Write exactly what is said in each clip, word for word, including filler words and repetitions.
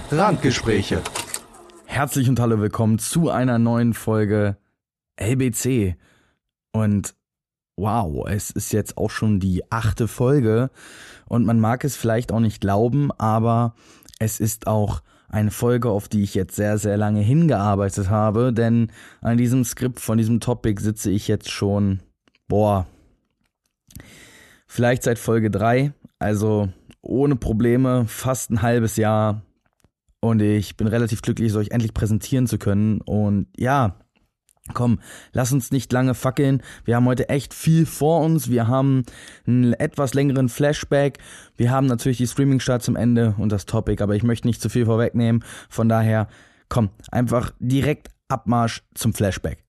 Randgespräche. Herzlich und hallo, willkommen zu einer neuen Folge L B C. Und wow, es ist jetzt auch schon die achte Folge und man mag es vielleicht auch nicht glauben, aber es ist auch eine Folge, auf die ich jetzt sehr, sehr lange hingearbeitet habe, denn an diesem Skript von diesem Topic sitze ich jetzt schon, boah, vielleicht seit Folge drei, also ohne Probleme, fast ein halbes Jahr. Und ich bin relativ glücklich, es euch endlich präsentieren zu können. Und ja, komm, lass uns nicht lange fackeln. Wir haben heute echt viel vor uns. Wir haben einen etwas längeren Flashback. Wir haben natürlich die Streaming-Start zum Ende und das Topic. Aber ich möchte nicht zu viel vorwegnehmen. Von daher, komm, einfach direkt Abmarsch zum Flashback.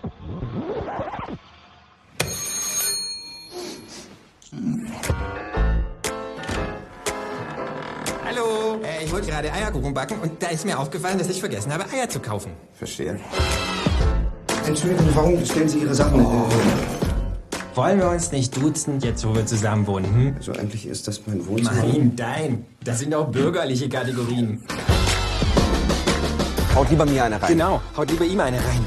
Hallo, äh, ich wollte gerade Eierkuchen backen und da ist mir aufgefallen, dass ich vergessen habe, Eier zu kaufen. Verstehe. Entschuldigung, warum stellen Sie Ihre Sachen? Oh. Wollen wir uns nicht duzen, jetzt wo wir zusammen wohnen? Hm? Also eigentlich ist das mein Wohnzimmer. Nein, dein. Das sind auch bürgerliche Kategorien. Haut lieber mir eine rein. Genau, haut lieber ihm eine rein.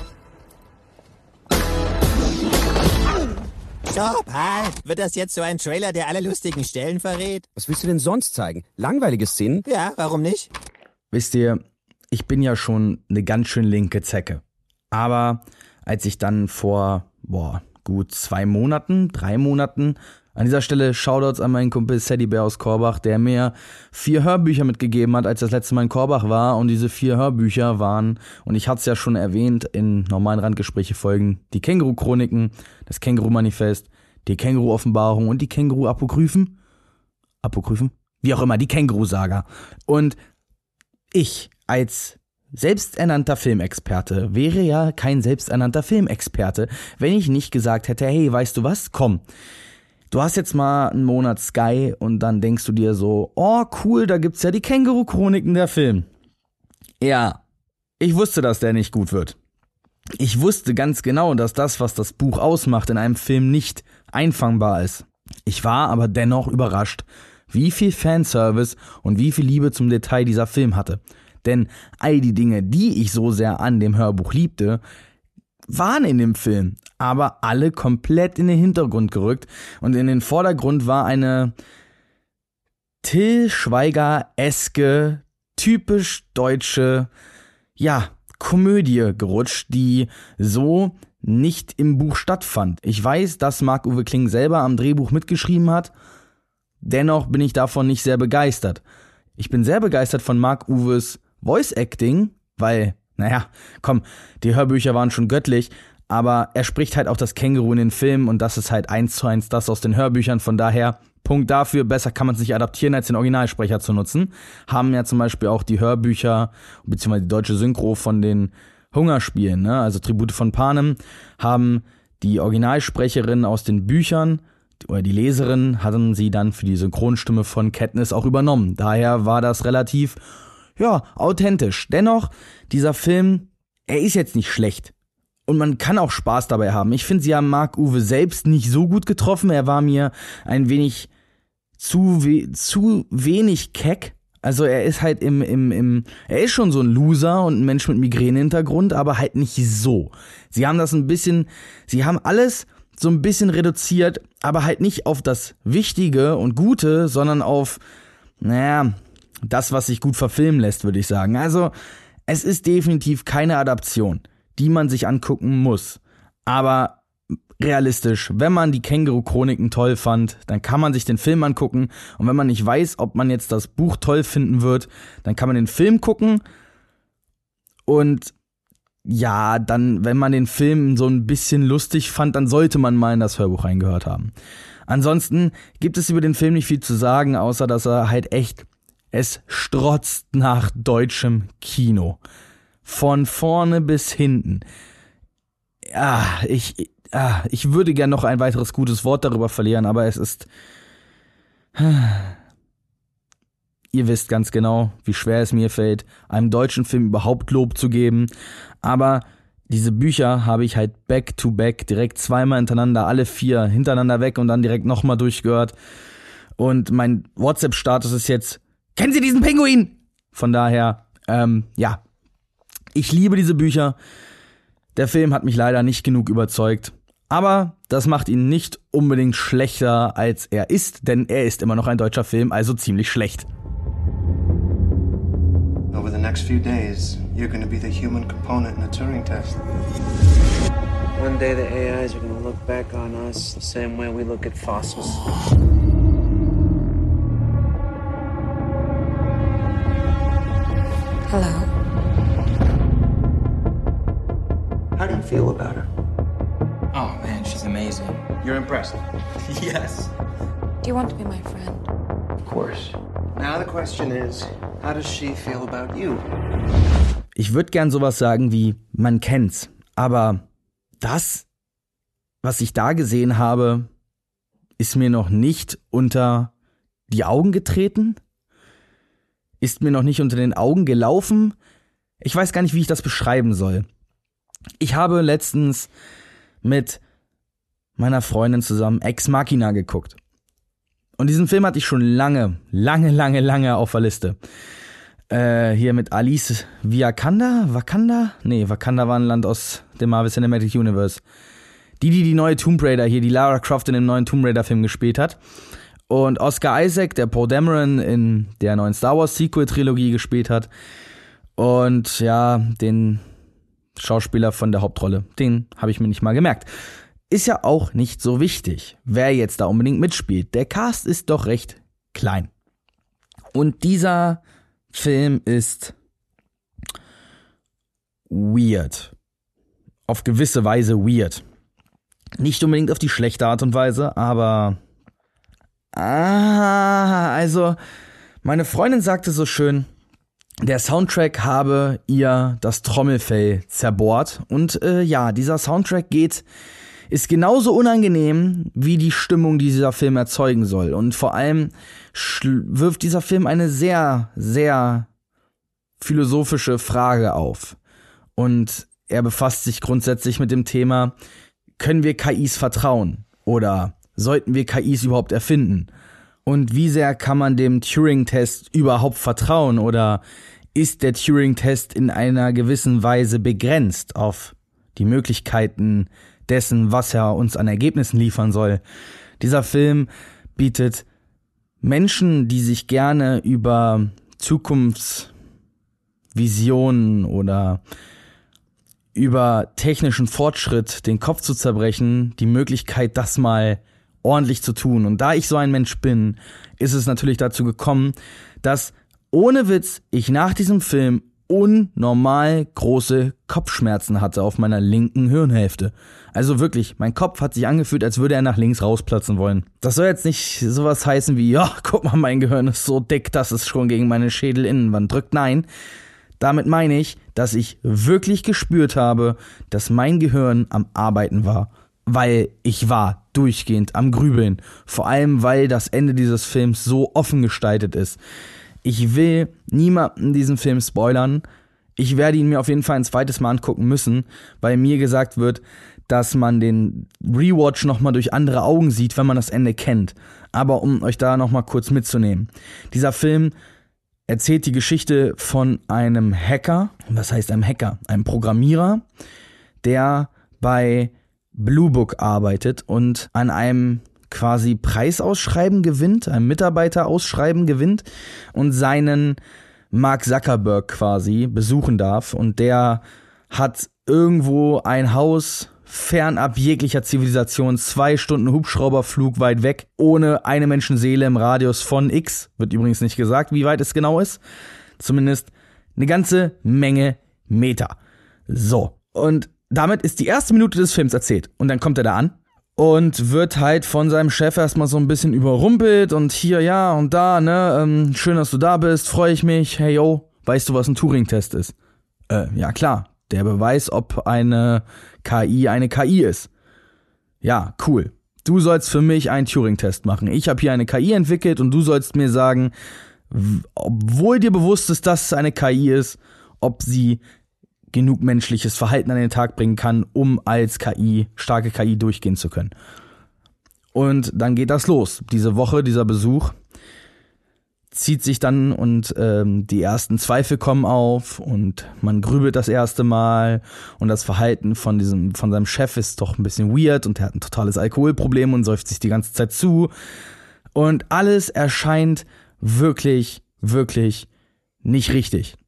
So, Paul, wird das jetzt so ein Trailer, der alle lustigen Stellen verrät? Was willst du denn sonst zeigen? Langweilige Szenen? Ja, warum nicht? Wisst ihr, ich bin ja schon eine ganz schön linke Zecke. Aber als ich dann vor, boah, gut zwei Monaten, drei Monaten, an dieser Stelle Shoutouts an meinen Kumpel Sadie Bär aus Korbach, der mir vier Hörbücher mitgegeben hat, als ich das letzte Mal in Korbach war. Und diese vier Hörbücher waren, und ich hatte es ja schon erwähnt in normalen Randgespräche-Folgen, die Känguru-Chroniken, das Känguru-Manifest, die Känguru-Offenbarung und die Känguru-Apokryphen. Apokryphen? Wie auch immer, die Känguru-Saga. Und ich als selbsternannter Filmexperte wäre ja kein selbsternannter Filmexperte, wenn ich nicht gesagt hätte, hey, weißt du was, komm, du hast jetzt mal einen Monat Sky und dann denkst du dir so, oh cool, da gibt's ja die Känguru-Chroniken, der Film. Ja, ich wusste, dass der nicht gut wird. Ich wusste ganz genau, dass das, was das Buch ausmacht, in einem Film nicht einfangbar ist. Ich war aber dennoch überrascht, wie viel Fanservice und wie viel Liebe zum Detail dieser Film hatte. Denn all die Dinge, die ich so sehr an dem Hörbuch liebte, waren in dem Film, aber alle komplett in den Hintergrund gerückt und in den Vordergrund war eine Till Schweiger-eske, typisch deutsche, ja, Komödie gerutscht, die so nicht im Buch stattfand. Ich weiß, dass Marc-Uwe Kling selber am Drehbuch mitgeschrieben hat, dennoch bin ich davon nicht sehr begeistert. Ich bin sehr begeistert von Marc-Uwes Voice-Acting, weil naja, komm, die Hörbücher waren schon göttlich, aber er spricht halt auch das Känguru in den Filmen und das ist halt eins zu eins das aus den Hörbüchern, von daher, Punkt dafür, besser kann man es nicht adaptieren, als den Originalsprecher zu nutzen. Haben ja zum Beispiel auch die Hörbücher, beziehungsweise die deutsche Synchro von den Hungerspielen, ne, also Tribute von Panem, haben die Originalsprecherin aus den Büchern, oder die Leserin, hatten sie dann für die Synchronstimme von Katniss auch übernommen. Daher war das relativ ja, authentisch. Dennoch, dieser Film, er ist jetzt nicht schlecht. Und man kann auch Spaß dabei haben. Ich finde, sie haben Marc-Uwe selbst nicht so gut getroffen. Er war mir ein wenig zu, we- zu wenig keck. Also er ist halt im, im, im, er ist schon so ein Loser und ein Mensch mit Migräne-Hintergrund, aber halt nicht so. Sie haben das ein bisschen, sie haben alles so ein bisschen reduziert, aber halt nicht auf das Wichtige und Gute, sondern auf, naja, das, was sich gut verfilmen lässt, würde ich sagen. Also, es ist definitiv keine Adaption, die man sich angucken muss. Aber realistisch, wenn man die Känguru-Chroniken toll fand, dann kann man sich den Film angucken. Und wenn man nicht weiß, ob man jetzt das Buch toll finden wird, dann kann man den Film gucken. Und ja, dann, wenn man den Film so ein bisschen lustig fand, dann sollte man mal in das Hörbuch reingehört haben. Ansonsten gibt es über den Film nicht viel zu sagen, außer dass er halt echt Es strotzt nach deutschem Kino. Von vorne bis hinten. Ja, ich, ja, ich würde gern noch ein weiteres gutes Wort darüber verlieren, aber es ist... Ihr wisst ganz genau, wie schwer es mir fällt, einem deutschen Film überhaupt Lob zu geben. Aber diese Bücher habe ich halt back to back, direkt zweimal hintereinander, alle vier hintereinander weg und dann direkt nochmal durchgehört. Und mein WhatsApp-Status ist jetzt: Kennen Sie diesen Pinguin? Von daher, Ähm, ja, ich liebe diese Bücher. Der Film hat mich leider nicht genug überzeugt. Aber das macht ihn nicht unbedingt schlechter, als er ist, denn er ist immer noch ein deutscher Film, also ziemlich schlecht. Over the next few days, you're going to be the human component in the Turing test. One day the A Is are going to look back on us the same way we look at fossils. Hello. How do you feel about her? Oh, man, she's amazing. You're impressed? Yes. Do you want to be my friend? Of course. Now the question is, how does she feel about you? Ich würde gern sowas sagen wie, man kennt's. Aber das, was ich da gesehen habe, ist mir noch nicht unter die Augen getreten? Ist mir noch nicht unter den Augen gelaufen? Ich weiß gar nicht, wie ich das beschreiben soll. Ich habe letztens mit meiner Freundin zusammen Ex Machina geguckt. Und diesen Film hatte ich schon lange, lange, lange, lange auf der Liste. Äh, hier mit Alice Vikander? Wakanda? Nee, Wakanda war ein Land aus dem Marvel Cinematic Universe. Die, die die neue Tomb Raider hier, die Lara Croft in dem neuen Tomb Raider Film gespielt hat. Und Oscar Isaac, der Poe Dameron in der neuen Star Wars Sequel-Trilogie gespielt hat. Und ja, den Schauspieler von der Hauptrolle, den habe ich mir nicht mal gemerkt. Ist ja auch nicht so wichtig, wer jetzt da unbedingt mitspielt. Der Cast ist doch recht klein. Und dieser Film ist weird. Auf gewisse Weise weird. Nicht unbedingt auf die schlechte Art und Weise, aber ah, also meine Freundin sagte so schön, der Soundtrack habe ihr das Trommelfell zerbohrt. Und äh, ja, dieser Soundtrack geht, ist genauso unangenehm wie die Stimmung, die dieser Film erzeugen soll. Und vor allem schl- wirft dieser Film eine sehr, sehr philosophische Frage auf. Und er befasst sich grundsätzlich mit dem Thema, können wir K Is vertrauen? Oder sollten wir K Is überhaupt erfinden? Und wie sehr kann man dem Turing-Test überhaupt vertrauen? Oder ist der Turing-Test in einer gewissen Weise begrenzt auf die Möglichkeiten dessen, was er uns an Ergebnissen liefern soll? Dieser Film bietet Menschen, die sich gerne über Zukunftsvisionen oder über technischen Fortschritt den Kopf zu zerbrechen, die Möglichkeit, das mal ordentlich zu tun. Und da ich so ein Mensch bin, ist es natürlich dazu gekommen, dass ohne Witz ich nach diesem Film unnormal große Kopfschmerzen hatte auf meiner linken Hirnhälfte. Also wirklich, mein Kopf hat sich angefühlt, als würde er nach links rausplatzen wollen. Das soll jetzt nicht sowas heißen wie, ja, guck mal, mein Gehirn ist so dick, dass es schon gegen meine Schädelinnenwand drückt. Nein, damit meine ich, dass ich wirklich gespürt habe, dass mein Gehirn am Arbeiten war. Weil ich war durchgehend am Grübeln. Vor allem, weil das Ende dieses Films so offen gestaltet ist. Ich will niemanden diesen Film spoilern. Ich werde ihn mir auf jeden Fall ein zweites Mal angucken müssen, weil mir gesagt wird, dass man den Rewatch nochmal durch andere Augen sieht, wenn man das Ende kennt. Aber um euch da nochmal kurz mitzunehmen. Dieser Film erzählt die Geschichte von einem Hacker. Was heißt einem Hacker? Einem Programmierer, der bei Blue Book arbeitet und an einem quasi Preisausschreiben gewinnt, einem Mitarbeiterausschreiben gewinnt und seinen Mark Zuckerberg quasi besuchen darf. Und der hat irgendwo ein Haus fernab jeglicher Zivilisation, zwei Stunden Hubschrauberflug weit weg, ohne eine Menschenseele im Radius von X. Wird übrigens nicht gesagt, wie weit es genau ist. Zumindest eine ganze Menge Meter. So, und damit ist die erste Minute des Films erzählt. Und dann kommt er da an und wird halt von seinem Chef erstmal so ein bisschen überrumpelt und hier, ja und da, ne, ähm, schön, dass du da bist, freue ich mich, hey yo, weißt du, was ein Turing-Test ist? Äh, ja klar, der Beweis, ob eine K I eine K I ist. Ja, cool. Du sollst für mich einen Turing-Test machen. Ich habe hier eine K I entwickelt und du sollst mir sagen, obwohl dir bewusst ist, dass es eine K I ist, ob sie genug menschliches Verhalten an den Tag bringen kann, um als K I, starke K I durchgehen zu können. Und dann geht das los. Diese Woche, dieser Besuch. zieht sich dann und ähm, die ersten Zweifel kommen auf und man grübelt das erste Mal und das Verhalten von diesem von seinem Chef ist doch ein bisschen weird und er hat ein totales Alkoholproblem und säuft sich die ganze Zeit zu und alles erscheint wirklich, wirklich nicht richtig.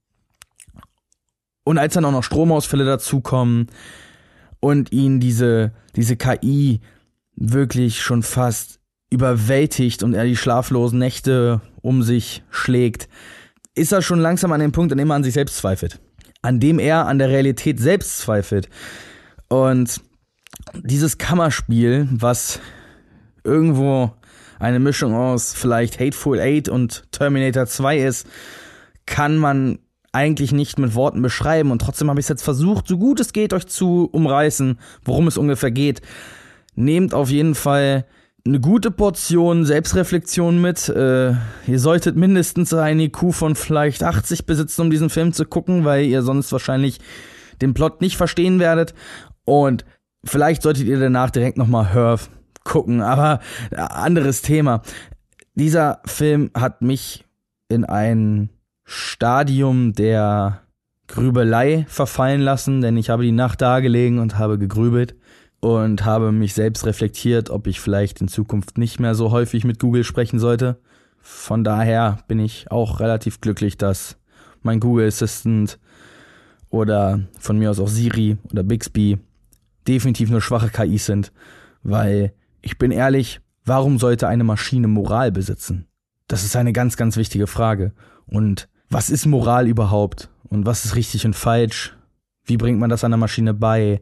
Und als dann auch noch Stromausfälle dazukommen und ihn diese, diese K I wirklich schon fast überwältigt und er die schlaflosen Nächte um sich schlägt, ist er schon langsam an dem Punkt, an dem er an sich selbst zweifelt. An dem er an der Realität selbst zweifelt. Und dieses Kammerspiel, was irgendwo eine Mischung aus vielleicht Hateful Eight und Terminator zwei ist, kann man eigentlich nicht mit Worten beschreiben. Und trotzdem habe ich es jetzt versucht, so gut es geht, euch zu umreißen, worum es ungefähr geht. Nehmt auf jeden Fall eine gute Portion Selbstreflexion mit. Äh, ihr solltet mindestens ein I Q von vielleicht achtzig besitzen, um diesen Film zu gucken, weil ihr sonst wahrscheinlich den Plot nicht verstehen werdet. Und vielleicht solltet ihr danach direkt nochmal Her gucken. Aber äh, anderes Thema. Dieser Film hat mich in ein Stadium der Grübelei verfallen lassen, denn ich habe die Nacht da gelegen und habe gegrübelt. Und habe mich selbst reflektiert, ob ich vielleicht in Zukunft nicht mehr so häufig mit Google sprechen sollte. Von daher bin ich auch relativ glücklich, dass mein Google Assistant oder von mir aus auch Siri oder Bixby definitiv nur schwache K Is sind. Weil, ich bin ehrlich, warum sollte eine Maschine Moral besitzen? Das ist eine ganz, ganz wichtige Frage. Und was ist Moral überhaupt? Und was ist richtig und falsch? Wie bringt man das einer Maschine bei?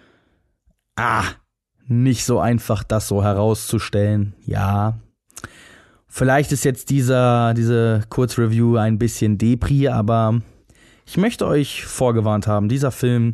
Ah, nicht so einfach, das so herauszustellen. Ja, vielleicht ist jetzt dieser, diese Kurzreview ein bisschen Depri, aber ich möchte euch vorgewarnt haben, dieser Film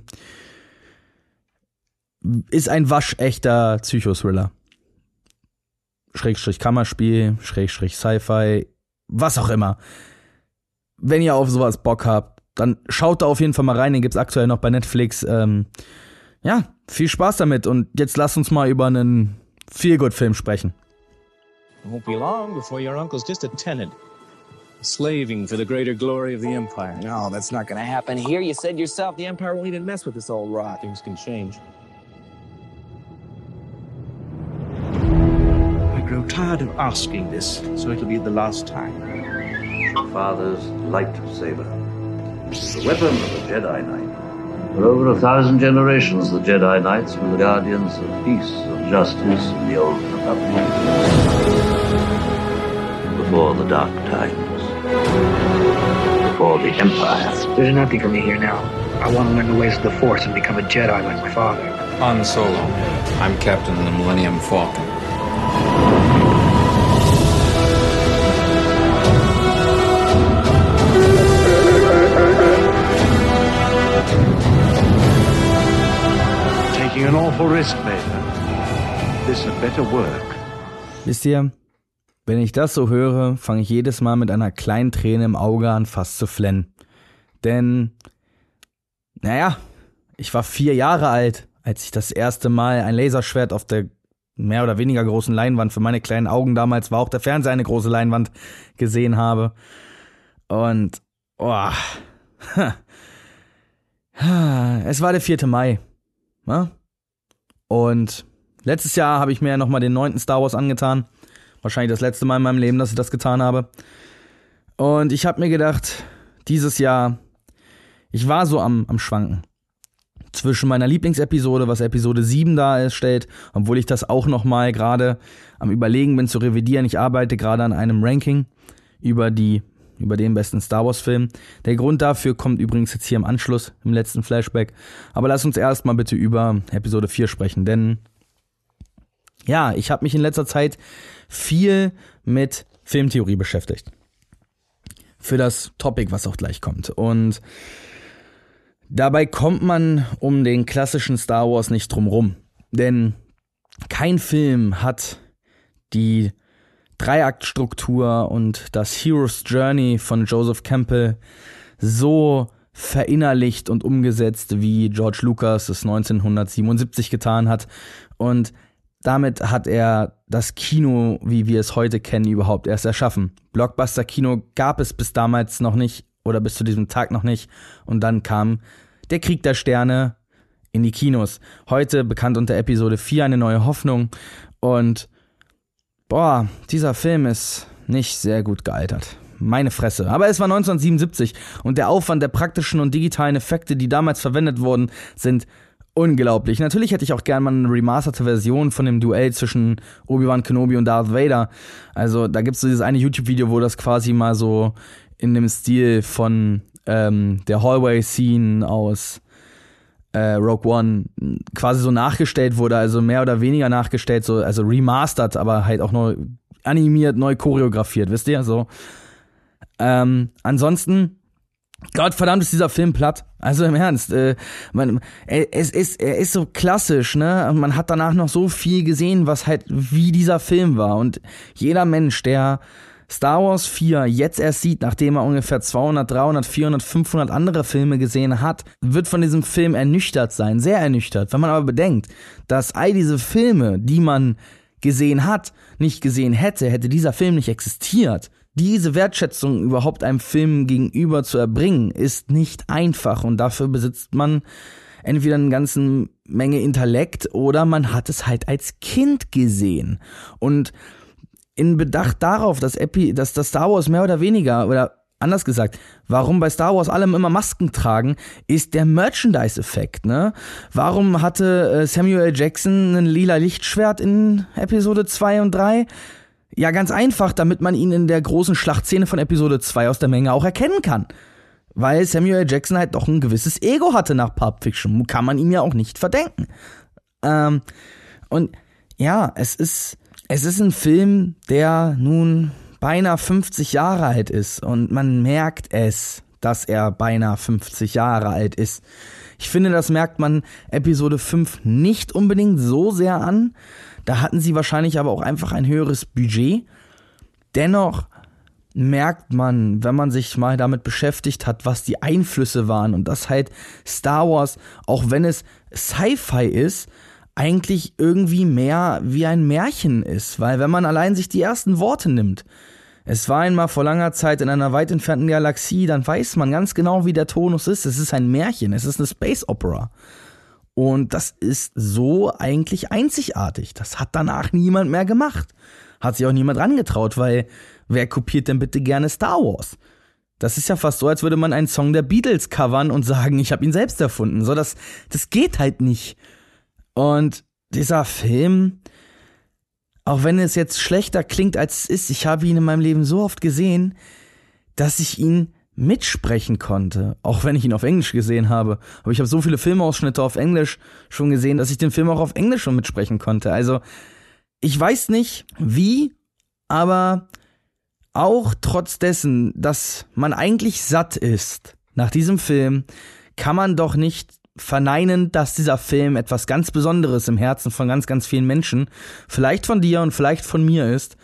ist ein waschechter Psychothriller. Schrägstrich Kammerspiel, Schrägstrich Sci-Fi, was auch immer. Wenn ihr auf sowas Bock habt, dann schaut da auf jeden Fall mal rein, den gibt's aktuell noch bei Netflix. Ähm, ja, viel Spaß damit und jetzt lasst uns mal über einen Feel-Good-Film sprechen. It won't be long before your uncle's just a tenant, slaving for the greater glory of the Empire. No, that's not gonna happen here. You said yourself the Empire won't even mess with this old rock. Things can change. I grow tired of asking this, so it'll be the last time. Father's lightsaber, the weapon of a Jedi Knight. For over a thousand generations, the Jedi Knights were the guardians of peace, of justice, in the Old Republic. Before the Dark Times. Before the Empire. There's nothing for me here now. I want to learn the ways of the Force and become a Jedi like my father. Han Solo. I'm Captain of the Millennium Falcon. An awful risk, Vader. This had better work. Wisst ihr, wenn ich das so höre, fange ich jedes Mal mit einer kleinen Träne im Auge an, fast zu flennen. Denn, naja, ich war vier Jahre alt, als ich das erste Mal ein Laserschwert auf der mehr oder weniger großen Leinwand, für meine kleinen Augen damals war auch der Fernseher eine große Leinwand, gesehen habe. Und, oh, es war der vierte Mai. Ja? Und letztes Jahr habe ich mir ja nochmal den neunten Star Wars angetan. Wahrscheinlich das letzte Mal in meinem Leben, dass ich das getan habe. Und ich habe mir gedacht, dieses Jahr, ich war so am, am Schwanken. Zwischen meiner Lieblingsepisode, was Episode sieben darstellt, obwohl ich das auch nochmal gerade am Überlegen bin zu revidieren. Ich arbeite gerade an einem Ranking über die über den besten Star Wars Film. Der Grund dafür kommt übrigens jetzt hier im Anschluss, im letzten Flashback. Aber lass uns erstmal bitte über Episode vier sprechen, denn ja, ich habe mich in letzter Zeit viel mit Filmtheorie beschäftigt. Für das Topic, was auch gleich kommt. Und dabei kommt man um den klassischen Star Wars nicht drum rum. Denn kein Film hat die Dreiaktstruktur und das Hero's Journey von Joseph Campbell so verinnerlicht und umgesetzt, wie George Lucas es neunzehnhundertsiebenundsiebzig getan hat. Und damit hat er das Kino, wie wir es heute kennen, überhaupt erst erschaffen. Blockbuster-Kino gab es bis damals noch nicht oder bis zu diesem Tag noch nicht. Und dann kam der Krieg der Sterne in die Kinos. Heute bekannt unter Episode vier, eine neue Hoffnung. Und boah, dieser Film ist nicht sehr gut gealtert. Meine Fresse. Aber es war neunzehnhundertsiebenundsiebzig und der Aufwand der praktischen und digitalen Effekte, die damals verwendet wurden, sind unglaublich. Natürlich hätte ich auch gerne mal eine remasterte Version von dem Duell zwischen Obi-Wan Kenobi und Darth Vader. Also da gibt es so dieses eine YouTube-Video, wo das quasi mal so in dem Stil von ähm, der Hallway-Scene aus äh, Rogue One quasi so nachgestellt wurde, also mehr oder weniger nachgestellt, so, also remastered, aber halt auch neu animiert, neu choreografiert, wisst ihr, so. Ähm, ansonsten Gottverdammt ist dieser Film platt. Also im Ernst, äh, man, er, es ist, er ist so klassisch, ne? Man hat danach noch so viel gesehen, was halt wie dieser Film war. Und jeder Mensch, der Star Wars vier jetzt erst sieht, nachdem er ungefähr zweihundert, dreihundert, vierhundert, fünfhundert andere Filme gesehen hat, wird von diesem Film ernüchtert sein, sehr ernüchtert. Wenn man aber bedenkt, dass all diese Filme, die man gesehen hat, nicht gesehen hätte, hätte dieser Film nicht existiert. Diese Wertschätzung überhaupt einem Film gegenüber zu erbringen, ist nicht einfach und dafür besitzt man entweder eine ganze Menge Intellekt oder man hat es halt als Kind gesehen. Und in Bedacht darauf, dass, Epi, dass das Star Wars mehr oder weniger, oder anders gesagt, warum bei Star Wars alle immer Masken tragen, ist der Merchandise-Effekt, ne? Warum hatte Samuel L. Jackson ein lila Lichtschwert in Episode zwei und drei? Ja, ganz einfach, damit man ihn in der großen Schlachtszene von Episode zwei aus der Menge auch erkennen kann. Weil Samuel L. Jackson halt doch ein gewisses Ego hatte nach Pulp Fiction. Kann man ihm ja auch nicht verdenken. Ähm, und ja, es ist, es ist ein Film, der nun beinahe fünfzig Jahre alt ist. Und man merkt es, dass er beinahe fünfzig Jahre alt ist. Ich finde, das merkt man Episode fünf nicht unbedingt so sehr an. Da hatten sie wahrscheinlich aber auch einfach ein höheres Budget. Dennoch merkt man, wenn man sich mal damit beschäftigt hat, was die Einflüsse waren und dass halt Star Wars, auch wenn es Sci-Fi ist, eigentlich irgendwie mehr wie ein Märchen ist. Weil wenn man allein sich die ersten Worte nimmt, es war einmal vor langer Zeit in einer weit entfernten Galaxie, dann weiß man ganz genau, wie der Tonus ist. Es ist ein Märchen, es ist eine Space Opera. Und das ist so eigentlich einzigartig. Das hat danach niemand mehr gemacht. Hat sich auch niemand rangetraut, weil wer kopiert denn bitte gerne Star Wars? Das ist ja fast so, als würde man einen Song der Beatles covern und sagen, ich habe ihn selbst erfunden. So, das, das geht halt nicht. Und dieser Film, auch wenn es jetzt schlechter klingt, als es ist, ich habe ihn in meinem Leben so oft gesehen, dass ich ihn mitsprechen konnte, auch wenn ich ihn auf Englisch gesehen habe. Aber ich habe so viele Filmausschnitte auf Englisch schon gesehen, dass ich den Film auch auf Englisch schon mitsprechen konnte. Also, ich weiß nicht wie, aber auch trotz dessen, dass man eigentlich satt ist nach diesem Film, kann man doch nicht verneinen, dass dieser Film etwas ganz Besonderes im Herzen von ganz, ganz vielen Menschen, vielleicht von dir und vielleicht von mir ist.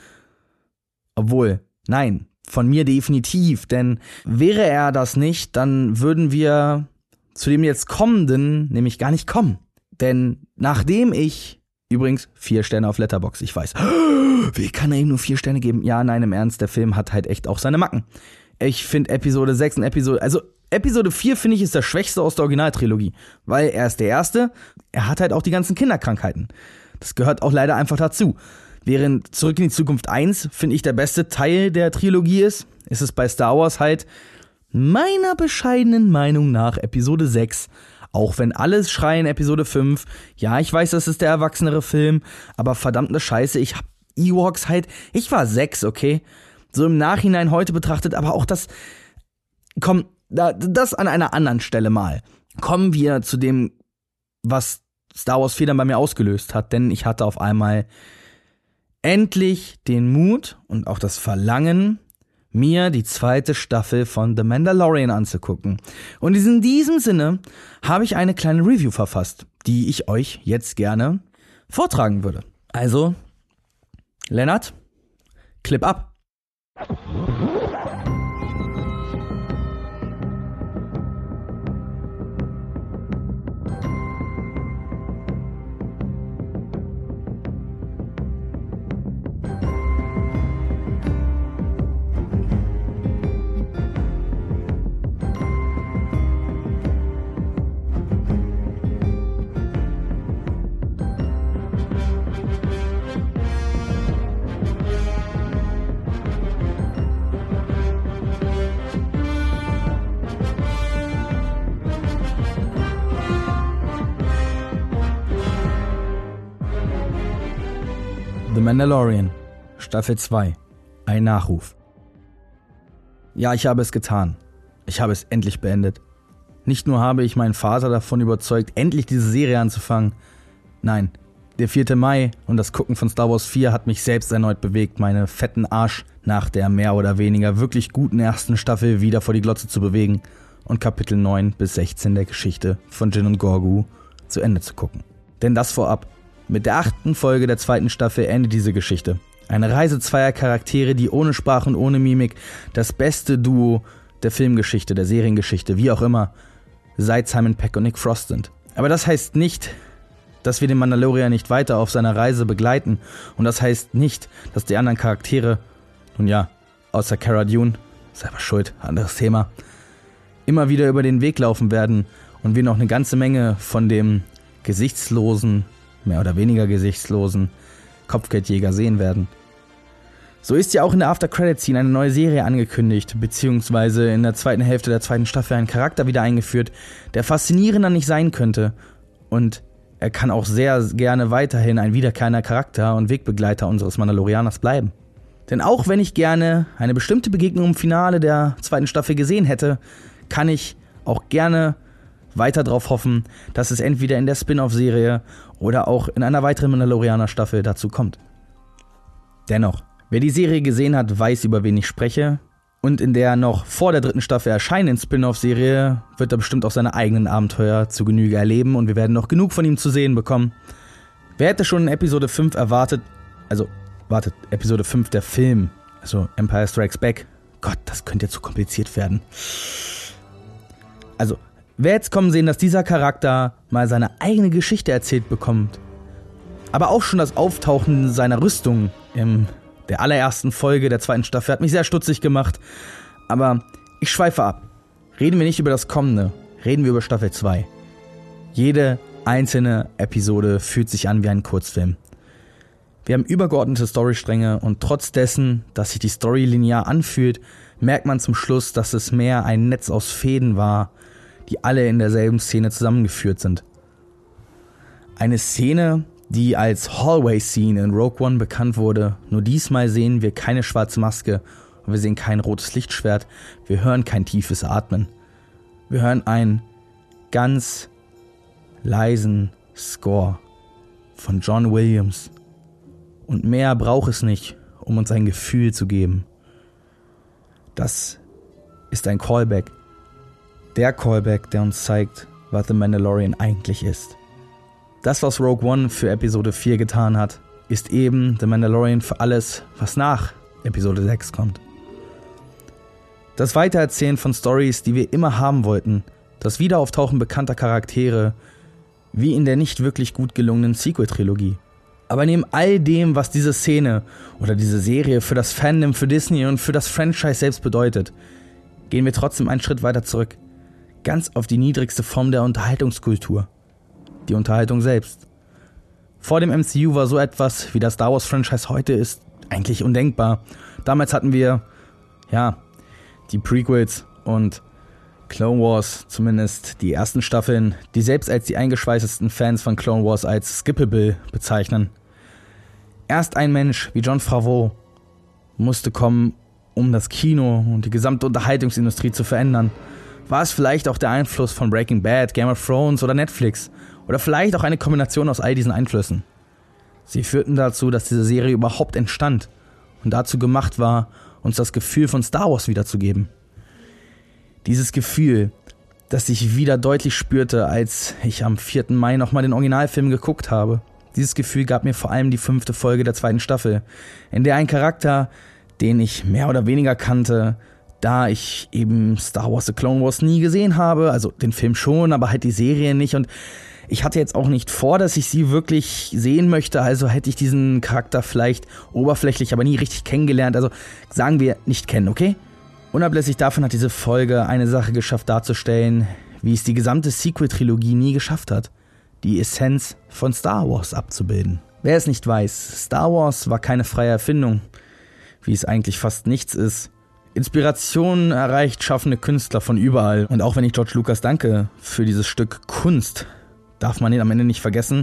Obwohl, nein, von mir definitiv, denn wäre er das nicht, dann würden wir zu dem jetzt kommenden nämlich gar nicht kommen. Denn nachdem ich, übrigens vier Sterne auf Letterboxd, ich weiß, wie kann er ihm nur vier Sterne geben? Ja, nein, im Ernst, der Film hat halt echt auch seine Macken. Ich finde Episode sechs und Episode, also Episode vier finde ich ist der schwächste aus der Originaltrilogie, weil er ist der Erste, er hat halt auch die ganzen Kinderkrankheiten. Das gehört auch leider einfach dazu. Während Zurück in die Zukunft eins, finde ich, der beste Teil der Trilogie ist, ist es bei Star Wars halt meiner bescheidenen Meinung nach Episode sechs. Auch wenn alles schreien Episode fünf. Ja, ich weiß, das ist der erwachsenere Film, aber verdammte Scheiße, ich hab Ewoks halt, ich war sechs, okay? So im Nachhinein heute betrachtet, aber auch das, komm, das an einer anderen Stelle mal. Kommen wir zu dem, was Star Wars vier dann bei mir ausgelöst hat, denn ich hatte auf einmal endlich den Mut und auch das Verlangen, mir die zweite Staffel von The Mandalorian anzugucken. Und in diesem Sinne habe ich eine kleine Review verfasst, die ich euch jetzt gerne vortragen würde. Also, Lennart, Clip ab. Mandalorian, Staffel zwei, ein Nachruf. Ja, ich habe es getan. Ich habe es endlich beendet. Nicht nur habe ich meinen Vater davon überzeugt, endlich diese Serie anzufangen. Nein, der vierte Mai und das Gucken von Star Wars vier hat mich selbst erneut bewegt, meine fetten Arsch nach der mehr oder weniger wirklich guten ersten Staffel wieder vor die Glotze zu bewegen und Kapitel neun bis sechzehn der Geschichte von Jyn und Grogu zu Ende zu gucken. Denn das vorab, mit der achten Folge der zweiten Staffel endet diese Geschichte. Eine Reise zweier Charaktere, die ohne Sprache und ohne Mimik das beste Duo der Filmgeschichte, der Seriengeschichte, wie auch immer, seit Simon Pegg und Nick Frost sind. Aber das heißt nicht, dass wir den Mandalorian nicht weiter auf seiner Reise begleiten. Und das heißt nicht, dass die anderen Charaktere, nun ja, außer Cara Dune, selber schuld, anderes Thema, immer wieder über den Weg laufen werden und wir noch eine ganze Menge von dem gesichtslosen, mehr oder weniger gesichtslosen Kopfgeldjäger sehen werden. So ist ja auch in der After-Credit-Scene eine neue Serie angekündigt, beziehungsweise in der zweiten Hälfte der zweiten Staffel ein Charakter wieder eingeführt, der faszinierender nicht sein könnte. Und er kann auch sehr gerne weiterhin ein wiederkehrender Charakter und Wegbegleiter unseres Mandalorianers bleiben. Denn auch wenn ich gerne eine bestimmte Begegnung im Finale der zweiten Staffel gesehen hätte, kann ich auch gerne weiter darauf hoffen, dass es entweder in der Spin-off-Serie oder auch in einer weiteren Mandalorianer-Staffel dazu kommt. Dennoch, wer die Serie gesehen hat, weiß, über wen ich spreche. Und in der noch vor der dritten Staffel erscheinenden Spin-off-Serie wird er bestimmt auch seine eigenen Abenteuer zu Genüge erleben und wir werden noch genug von ihm zu sehen bekommen. Wer hätte schon in Episode fünf erwartet, also, wartet, Episode fünf der Film, also Empire Strikes Back, Gott, das könnte ja zu kompliziert werden. Also, wer hätte kommen sehen, dass dieser Charakter mal seine eigene Geschichte erzählt bekommt? Aber auch schon das Auftauchen seiner Rüstung im der allerersten Folge der zweiten Staffel hat mich sehr stutzig gemacht. Aber ich schweife ab. Reden wir nicht über das Kommende, reden wir über Staffel zwei. Jede einzelne Episode fühlt sich an wie ein Kurzfilm. Wir haben übergeordnete Storystränge und trotz dessen, dass sich die Story linear anfühlt, merkt man zum Schluss, dass es mehr ein Netz aus Fäden war, die alle in derselben Szene zusammengeführt sind. Eine Szene, die als Hallway-Scene in Rogue One bekannt wurde. Nur diesmal sehen wir keine schwarze Maske und wir sehen kein rotes Lichtschwert. Wir hören kein tiefes Atmen. Wir hören einen ganz leisen Score von John Williams. Und mehr braucht es nicht, um uns ein Gefühl zu geben. Das ist ein Callback. Der Callback, der uns zeigt, was The Mandalorian eigentlich ist. Das, was Rogue One für Episode vier getan hat, ist eben The Mandalorian für alles, was nach Episode sechs kommt. Das Weitererzählen von Stories, die wir immer haben wollten, das Wiederauftauchen bekannter Charaktere, wie in der nicht wirklich gut gelungenen Sequel-Trilogie. Aber neben all dem, was diese Szene oder diese Serie für das Fandom, für Disney und für das Franchise selbst bedeutet, gehen wir trotzdem einen Schritt weiter zurück. Ganz auf die niedrigste Form der Unterhaltungskultur. Die Unterhaltung selbst. Vor dem M C U war so etwas, wie das Star Wars Franchise heute ist, eigentlich undenkbar. Damals hatten wir, ja, die Prequels und Clone Wars, zumindest die ersten Staffeln, die selbst als die eingeschweißtesten Fans von Clone Wars als skippable bezeichnen. Erst ein Mensch wie Jon Favreau musste kommen, um das Kino und die gesamte Unterhaltungsindustrie zu verändern. War es vielleicht auch der Einfluss von Breaking Bad, Game of Thrones oder Netflix? Oder vielleicht auch eine Kombination aus all diesen Einflüssen. Sie führten dazu, dass diese Serie überhaupt entstand und dazu gemacht war, uns das Gefühl von Star Wars wiederzugeben. Dieses Gefühl, das ich wieder deutlich spürte, als ich am vierten Mai nochmal den Originalfilm geguckt habe. Dieses Gefühl gab mir vor allem die fünfte Folge der zweiten Staffel, in der ein Charakter, den ich mehr oder weniger kannte, da ich eben Star Wars The Clone Wars nie gesehen habe, also den Film schon, aber halt die Serie nicht, und ich hatte jetzt auch nicht vor, dass ich sie wirklich sehen möchte, also hätte ich diesen Charakter vielleicht oberflächlich, aber nie richtig kennengelernt, also sagen wir nicht kennen, okay? Unablässig davon hat diese Folge eine Sache geschafft darzustellen, wie es die gesamte Sequel-Trilogie nie geschafft hat, die Essenz von Star Wars abzubilden. Wer es nicht weiß, Star Wars war keine freie Erfindung, wie es eigentlich fast nichts ist. Inspiration erreicht schaffende Künstler von überall, und auch wenn ich George Lucas danke für dieses Stück Kunst, darf man ihn am Ende nicht vergessen,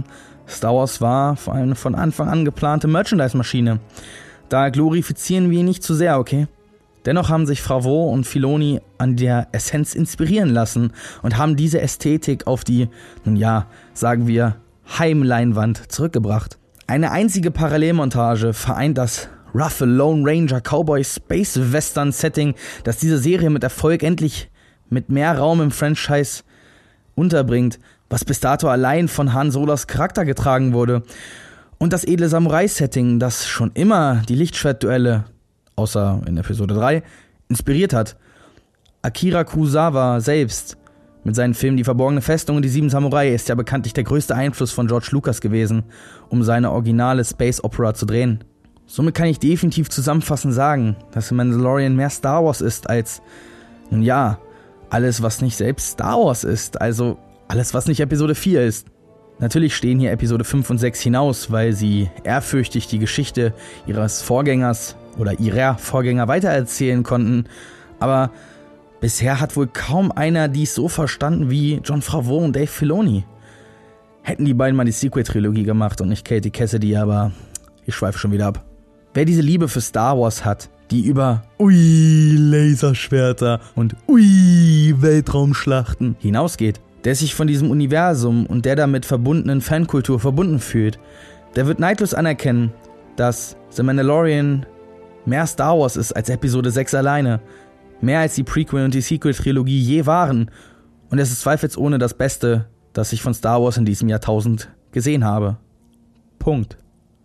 Star Wars war vor allem von Anfang an geplante Merchandise-Maschine. Da glorifizieren wir ihn nicht zu sehr, okay? Dennoch haben sich Favreau und Filoni an der Essenz inspirieren lassen und haben diese Ästhetik auf die, nun ja, sagen wir, Heimleinwand zurückgebracht. Eine einzige Parallelmontage vereint das roughe Lone Ranger Cowboy Space Western Setting, das diese Serie mit Erfolg endlich mit mehr Raum im Franchise unterbringt, was bis dato allein von Han Solos Charakter getragen wurde. Und das edle Samurai-Setting, das schon immer die Lichtschwertduelle, außer in Episode drei, inspiriert hat. Akira Kurosawa selbst mit seinen Filmen Die verborgene Festung und Die sieben Samurai ist ja bekanntlich der größte Einfluss von George Lucas gewesen, um seine originale Space Opera zu drehen. Somit kann ich definitiv zusammenfassend sagen, dass The Mandalorian mehr Star Wars ist als, nun ja, alles, was nicht selbst Star Wars ist, also alles, was nicht Episode vier ist. Natürlich stehen hier Episode fünf und sechs hinaus, weil sie ehrfürchtig die Geschichte ihres Vorgängers oder ihrer Vorgänger weitererzählen konnten, aber bisher hat wohl kaum einer dies so verstanden wie Jon Favreau und Dave Filoni. Hätten die beiden mal die Sequel-Trilogie gemacht und nicht Katie Cassidy, aber ich schweife schon wieder ab. Wer diese Liebe für Star Wars hat, die über Ui Laserschwerter und Ui Weltraumschlachten hinausgeht, der sich von diesem Universum und der damit verbundenen Fankultur verbunden fühlt, der wird neidlos anerkennen, dass The Mandalorian mehr Star Wars ist als Episode sechs alleine, mehr als die Prequel- und die Sequel-Trilogie je waren, und es ist zweifelsohne das Beste, das ich von Star Wars in diesem Jahrtausend gesehen habe. Punkt.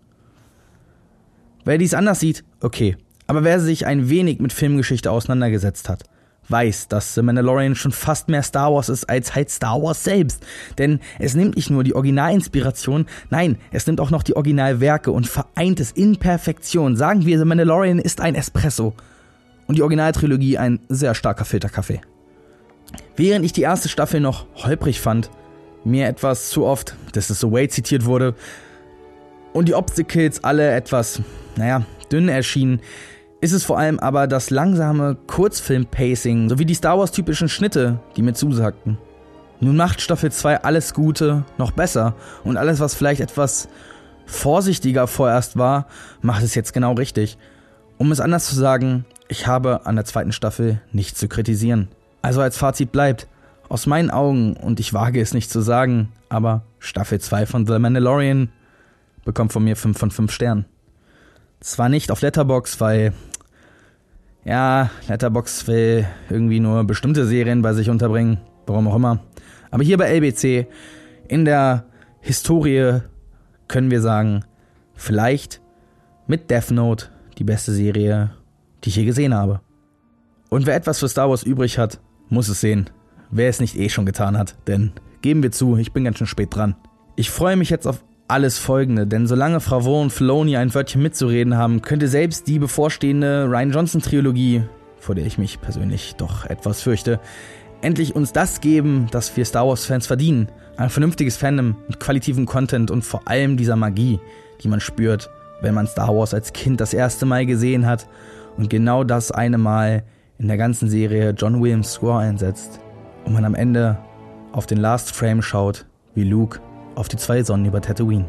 Wer dies anders sieht, okay, aber wer sich ein wenig mit Filmgeschichte auseinandergesetzt hat, weiß, dass The Mandalorian schon fast mehr Star Wars ist als halt Star Wars selbst. Denn es nimmt nicht nur die Originalinspiration, nein, es nimmt auch noch die Originalwerke und vereint es in Perfektion. Sagen wir, The Mandalorian ist ein Espresso und die Originaltrilogie ein sehr starker Filterkaffee. Während ich die erste Staffel noch holprig fand, mir etwas zu oft This is the Way zitiert wurde und die Obstacles alle etwas, naja, dünn erschienen, ist es vor allem aber das langsame Kurzfilm-Pacing sowie die Star Wars-typischen Schnitte, die mir zusagten. Nun macht Staffel zwei alles Gute noch besser und alles, was vielleicht etwas vorsichtiger vorerst war, macht es jetzt genau richtig. Um es anders zu sagen, ich habe an der zweiten Staffel nichts zu kritisieren. Also als Fazit bleibt, aus meinen Augen, und ich wage es nicht zu sagen, aber Staffel zwei von The Mandalorian bekommt von mir fünf von fünf Sternen. Zwar nicht auf Letterboxd, weil ja, Letterboxd will irgendwie nur bestimmte Serien bei sich unterbringen, warum auch immer. Aber hier bei L B C, in der Historie, können wir sagen, vielleicht mit Death Note die beste Serie, die ich je gesehen habe. Und wer etwas für Star Wars übrig hat, muss es sehen. Wer es nicht eh schon getan hat, denn geben wir zu, ich bin ganz schön spät dran. Ich freue mich jetzt auf alles Folgende, denn solange Favreau und Filoni ein Wörtchen mitzureden haben, könnte selbst die bevorstehende Rian Johnson-Trilogie, vor der ich mich persönlich doch etwas fürchte, endlich uns das geben, das wir Star Wars-Fans verdienen. Ein vernünftiges Fandom mit qualitivem Content und vor allem dieser Magie, die man spürt, wenn man Star Wars als Kind das erste Mal gesehen hat und genau das eine Mal in der ganzen Serie John Williams Score einsetzt und man am Ende auf den Last Frame schaut, wie Luke auf die zwei Sonnen über Tatooine.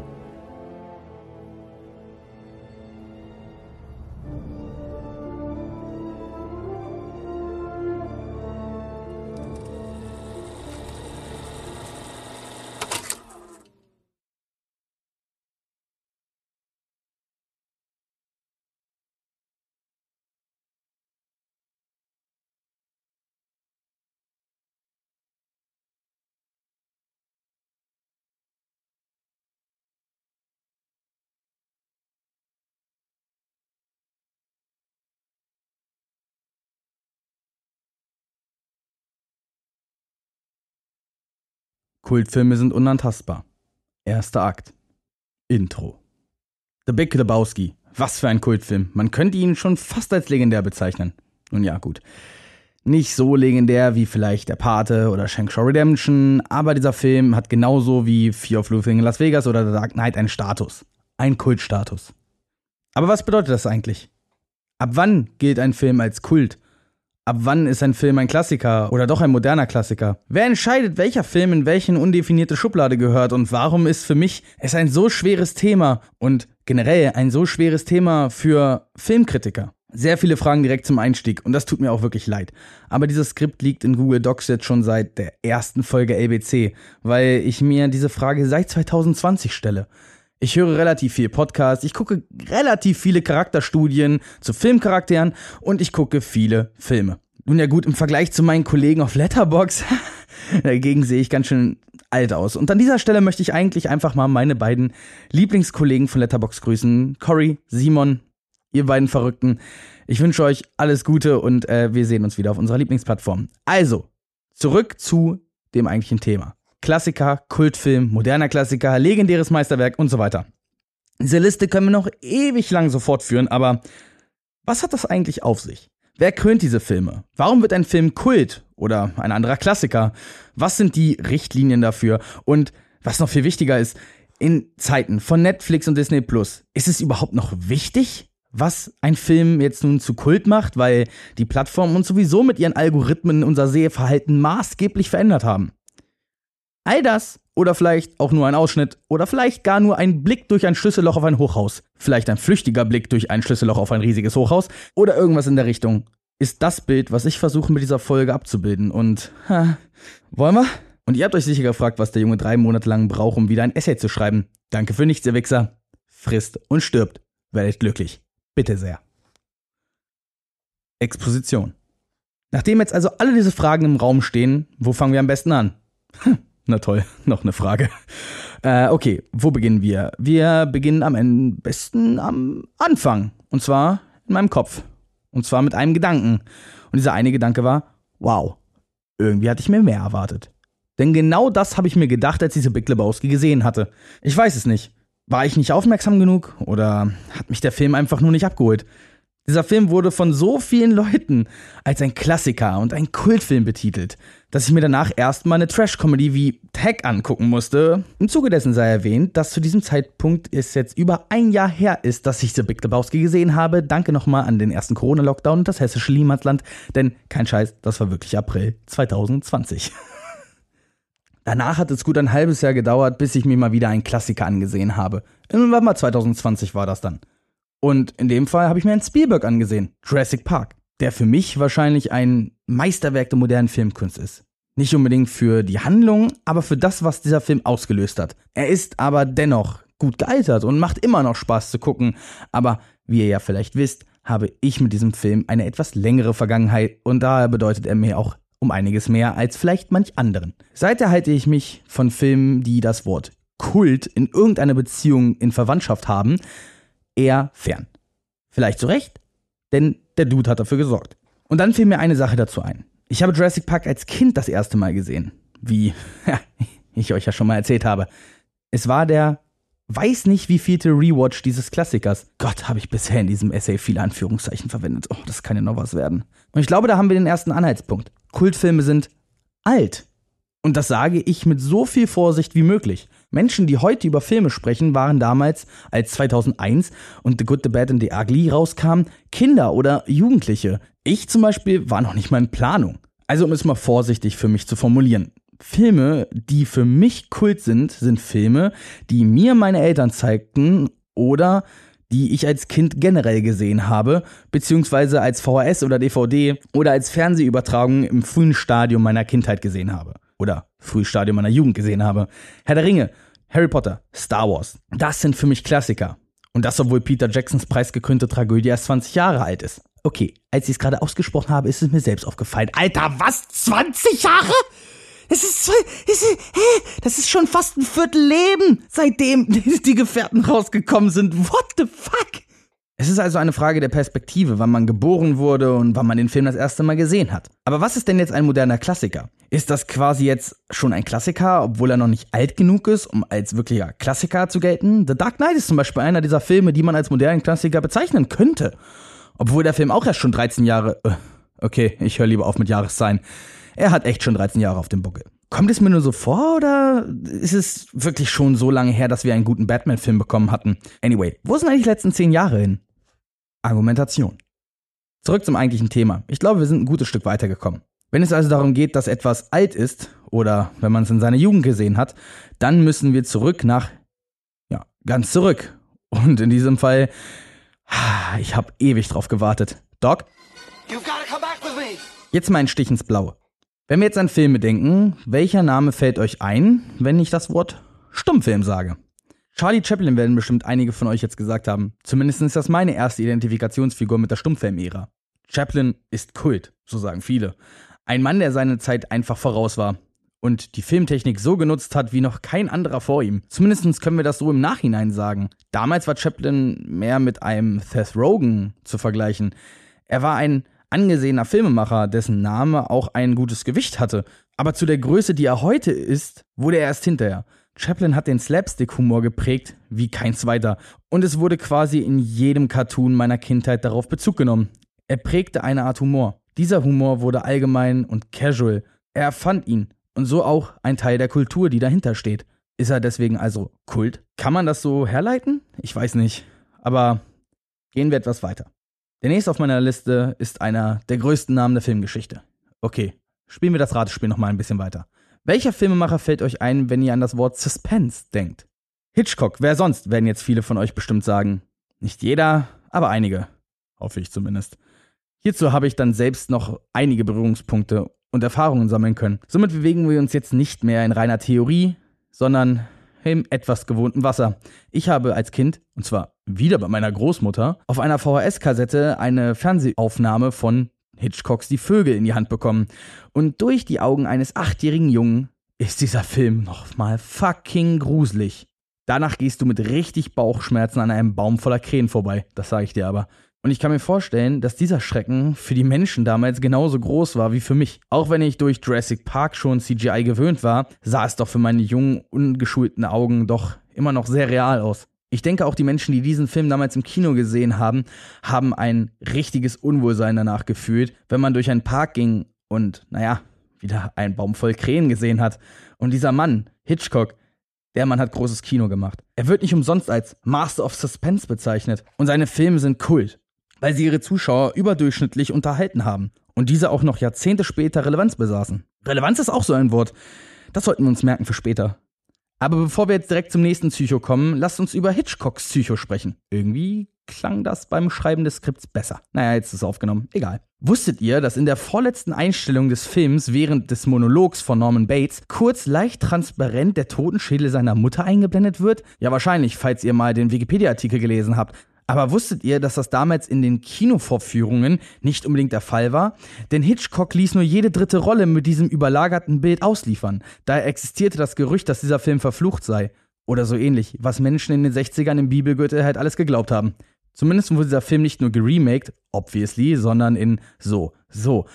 Kultfilme sind unantastbar. Erster Akt. Intro. The Big Lebowski. Was für ein Kultfilm. Man könnte ihn schon fast als legendär bezeichnen. Nun ja, gut. Nicht so legendär wie vielleicht Der Pate oder Shang-Chi Redemption, aber dieser Film hat genauso wie Fear of Living in Las Vegas oder The Dark Knight einen Status. Einen Kultstatus. Aber was bedeutet das eigentlich? Ab wann gilt ein Film als Kult? Ab wann ist ein Film ein Klassiker oder doch ein moderner Klassiker? Wer entscheidet, welcher Film in welche undefinierte Schublade gehört und warum ist für mich es ein so schweres Thema und generell ein so schweres Thema für Filmkritiker? Sehr viele Fragen direkt zum Einstieg und das tut mir auch wirklich leid. Aber dieses Skript liegt in Google Docs jetzt schon seit der ersten Folge L B C, weil ich mir diese Frage seit zwanzig zwanzig stelle. Ich höre relativ viel Podcasts, ich gucke relativ viele Charakterstudien zu Filmcharakteren und ich gucke viele Filme. Nun ja gut, im Vergleich zu meinen Kollegen auf Letterboxd, dagegen sehe ich ganz schön alt aus. Und an dieser Stelle möchte ich eigentlich einfach mal meine beiden Lieblingskollegen von Letterboxd grüßen. Cory, Simon, ihr beiden Verrückten. Ich wünsche euch alles Gute und äh, wir sehen uns wieder auf unserer Lieblingsplattform. Also, zurück zu dem eigentlichen Thema. Klassiker, Kultfilm, moderner Klassiker, legendäres Meisterwerk und so weiter. Diese Liste können wir noch ewig lang so fortführen, aber was hat das eigentlich auf sich? Wer krönt diese Filme? Warum wird ein Film Kult oder ein anderer Klassiker? Was sind die Richtlinien dafür? Und was noch viel wichtiger ist, in Zeiten von Netflix und Disney Plus, ist es überhaupt noch wichtig, was ein Film jetzt nun zu Kult macht, weil die Plattformen uns sowieso mit ihren Algorithmen unser Sehverhalten maßgeblich verändert haben? All das oder vielleicht auch nur ein Ausschnitt oder vielleicht gar nur ein Blick durch ein Schlüsselloch auf ein Hochhaus, vielleicht ein flüchtiger Blick durch ein Schlüsselloch auf ein riesiges Hochhaus oder irgendwas in der Richtung, ist das Bild, was ich versuche mit dieser Folge abzubilden. Und, ha, wollen wir? Und ihr habt euch sicher gefragt, was der Junge drei Monate lang braucht, um wieder ein Essay zu schreiben. Danke für nichts, ihr Wichser. Frisst und stirbt. Werdet glücklich. Bitte sehr. Exposition. Nachdem jetzt also alle diese Fragen im Raum stehen, wo fangen wir am besten an? Hm. Na toll, noch eine Frage. Äh, okay, wo beginnen wir? Wir beginnen am besten am Anfang. Und zwar in meinem Kopf. Und zwar mit einem Gedanken. Und dieser eine Gedanke war, wow, irgendwie hatte ich mir mehr erwartet. Denn genau das habe ich mir gedacht, als ich The Big Lebowski gesehen hatte. Ich weiß es nicht. War ich nicht aufmerksam genug? Oder hat mich der Film einfach nur nicht abgeholt? Dieser Film wurde von so vielen Leuten als ein Klassiker und ein Kultfilm betitelt, dass ich mir danach erstmal eine Trash-Comedy wie Tag angucken musste. Im Zuge dessen sei erwähnt, dass zu diesem Zeitpunkt es jetzt über ein Jahr her ist, dass ich The Big Lebowski gesehen habe. Danke nochmal an den ersten Corona-Lockdown und das hessische Niemandsland, denn kein Scheiß, das war wirklich April zwanzig zwanzig. Danach hat es gut ein halbes Jahr gedauert, bis ich mir mal wieder einen Klassiker angesehen habe. Irgendwann mal zwanzig zwanzig war das dann. Und in dem Fall habe ich mir einen Spielberg angesehen, Jurassic Park, der für mich wahrscheinlich ein Meisterwerk der modernen Filmkunst ist. Nicht unbedingt für die Handlung, aber für das, was dieser Film ausgelöst hat. Er ist aber dennoch gut gealtert und macht immer noch Spaß zu gucken. Aber wie ihr ja vielleicht wisst, habe ich mit diesem Film eine etwas längere Vergangenheit und daher bedeutet er mir auch um einiges mehr als vielleicht manch anderen. Seither halte ich mich von Filmen, die das Wort Kult in irgendeiner Beziehung in Verwandtschaft haben, eher fern. Vielleicht zu Recht, denn der Dude hat dafür gesorgt. Und dann fiel mir eine Sache dazu ein. Ich habe Jurassic Park als Kind das erste Mal gesehen. Wie ja, ich euch ja schon mal erzählt habe. Es war der weiß nicht wievielte Rewatch dieses Klassikers. Gott, habe ich bisher in diesem Essay viele Anführungszeichen verwendet. Oh, das kann ja noch was werden. Und ich glaube, da haben wir den ersten Anhaltspunkt. Kultfilme sind alt. Und das sage ich mit so viel Vorsicht wie möglich. Menschen, die heute über Filme sprechen, waren damals, als zweitausendeins und The Good, The Bad and The Ugly rauskam, Kinder oder Jugendliche. Ich zum Beispiel war noch nicht mal in Planung. Also um es mal vorsichtig für mich zu formulieren. Filme, die für mich Kult sind, sind Filme, die mir meine Eltern zeigten oder die ich als Kind generell gesehen habe, beziehungsweise als V H S oder D V D oder als Fernsehübertragung im frühen Stadium meiner Kindheit gesehen habe. Oder Frühstadium meiner Jugend gesehen habe. Herr der Ringe, Harry Potter, Star Wars. Das sind für mich Klassiker. Und das, obwohl Peter Jacksons preisgekrönte Tragödie erst zwanzig Jahre alt ist. Okay, als ich es gerade ausgesprochen habe, ist es mir selbst aufgefallen. Alter, was? zwanzig Jahre? Das ist, das ist, das ist schon fast ein Viertelleben, seitdem die Gefährten rausgekommen sind. What the fuck? Es ist also eine Frage der Perspektive, wann man geboren wurde und wann man den Film das erste Mal gesehen hat. Aber was ist denn jetzt ein moderner Klassiker? Ist das quasi jetzt schon ein Klassiker, obwohl er noch nicht alt genug ist, um als wirklicher Klassiker zu gelten? The Dark Knight ist zum Beispiel einer dieser Filme, die man als modernen Klassiker bezeichnen könnte. Obwohl der Film auch erst schon dreizehn Jahre... Okay, ich höre lieber auf mit Jahreszahlen. Er hat echt schon dreizehn Jahre auf dem Buckel. Kommt es mir nur so vor, oder ist es wirklich schon so lange her, dass wir einen guten Batman-Film bekommen hatten? Anyway, wo sind eigentlich die letzten zehn Jahre hin? Argumentation. Zurück zum eigentlichen Thema. Ich glaube, wir sind ein gutes Stück weitergekommen. Wenn es also darum geht, dass etwas alt ist oder wenn man es in seiner Jugend gesehen hat, dann müssen wir zurück nach, ja, ganz zurück. Und in diesem Fall, ich habe ewig drauf gewartet. Doc? Jetzt mal ein Stich ins Blaue. Wenn wir jetzt an Filme denken, welcher Name fällt euch ein, wenn ich das Wort Stummfilm sage? Charlie Chaplin werden bestimmt einige von euch jetzt gesagt haben. Zumindest ist das meine erste Identifikationsfigur mit der Stummfilm-Ära. Chaplin ist Kult, so sagen viele. Ein Mann, der seine Zeit einfach voraus war und die Filmtechnik so genutzt hat wie noch kein anderer vor ihm. Zumindest können wir das so im Nachhinein sagen. Damals war Chaplin mehr mit einem Seth Rogen zu vergleichen. Er war ein angesehener Filmemacher, dessen Name auch ein gutes Gewicht hatte. Aber zu der Größe, die er heute ist, wurde er erst hinterher. Chaplin hat den Slapstick-Humor geprägt wie kein zweiter. Und es wurde quasi in jedem Cartoon meiner Kindheit darauf Bezug genommen. Er prägte eine Art Humor. Dieser Humor wurde allgemein und casual. Er erfand ihn. Und so auch ein Teil der Kultur, die dahinter steht. Ist er deswegen also Kult? Kann man das so herleiten? Ich weiß nicht. Aber gehen wir etwas weiter. Der nächste auf meiner Liste ist einer der größten Namen der Filmgeschichte. Okay, spielen wir das Ratespiel nochmal ein bisschen weiter. Welcher Filmemacher fällt euch ein, wenn ihr an das Wort Suspense denkt? Hitchcock, wer sonst, werden jetzt viele von euch bestimmt sagen. Nicht jeder, aber einige. Hoffe ich zumindest. Hierzu habe ich dann selbst noch einige Berührungspunkte und Erfahrungen sammeln können. Somit bewegen wir uns jetzt nicht mehr in reiner Theorie, sondern im etwas gewohnten Wasser. Ich habe als Kind, und zwar wieder bei meiner Großmutter, auf einer V H S-Kassette eine Fernsehaufnahme von Hitchcocks Die Vögel in die Hand bekommen. Und durch die Augen eines achtjährigen Jungen ist dieser Film nochmal fucking gruselig. Danach gehst du mit richtig Bauchschmerzen an einem Baum voller Krähen vorbei, das sage ich dir aber. Und ich kann mir vorstellen, dass dieser Schrecken für die Menschen damals genauso groß war wie für mich. Auch wenn ich durch Jurassic Park schon C G I gewöhnt war, sah es doch für meine jungen, ungeschulten Augen doch immer noch sehr real aus. Ich denke auch die Menschen, die diesen Film damals im Kino gesehen haben, haben ein richtiges Unwohlsein danach gefühlt, wenn man durch einen Park ging und, naja, wieder einen Baum voll Krähen gesehen hat. Und dieser Mann, Hitchcock, der Mann hat großes Kino gemacht. Er wird nicht umsonst als Master of Suspense bezeichnet. Und seine Filme sind Kult, weil sie ihre Zuschauer überdurchschnittlich unterhalten haben und diese auch noch Jahrzehnte später Relevanz besaßen. Relevanz ist auch so ein Wort. Das sollten wir uns merken für später. Aber bevor wir jetzt direkt zum nächsten Psycho kommen, lasst uns über Hitchcocks Psycho sprechen. Irgendwie klang das beim Schreiben des Skripts besser. Naja, jetzt ist es aufgenommen. Egal. Wusstet ihr, dass in der vorletzten Einstellung des Films während des Monologs von Norman Bates kurz leicht transparent der Totenschädel seiner Mutter eingeblendet wird? Ja, wahrscheinlich, falls ihr mal den Wikipedia-Artikel gelesen habt. Aber wusstet ihr, dass das damals in den Kinovorführungen nicht unbedingt der Fall war? Denn Hitchcock ließ nur jede dritte Rolle mit diesem überlagerten Bild ausliefern. Daher existierte das Gerücht, dass dieser Film verflucht sei. Oder so ähnlich, was Menschen in den sechzigern im Bibelgürtel halt alles geglaubt haben. Zumindest wurde dieser Film nicht nur geremaked, obviously, sondern in so, so,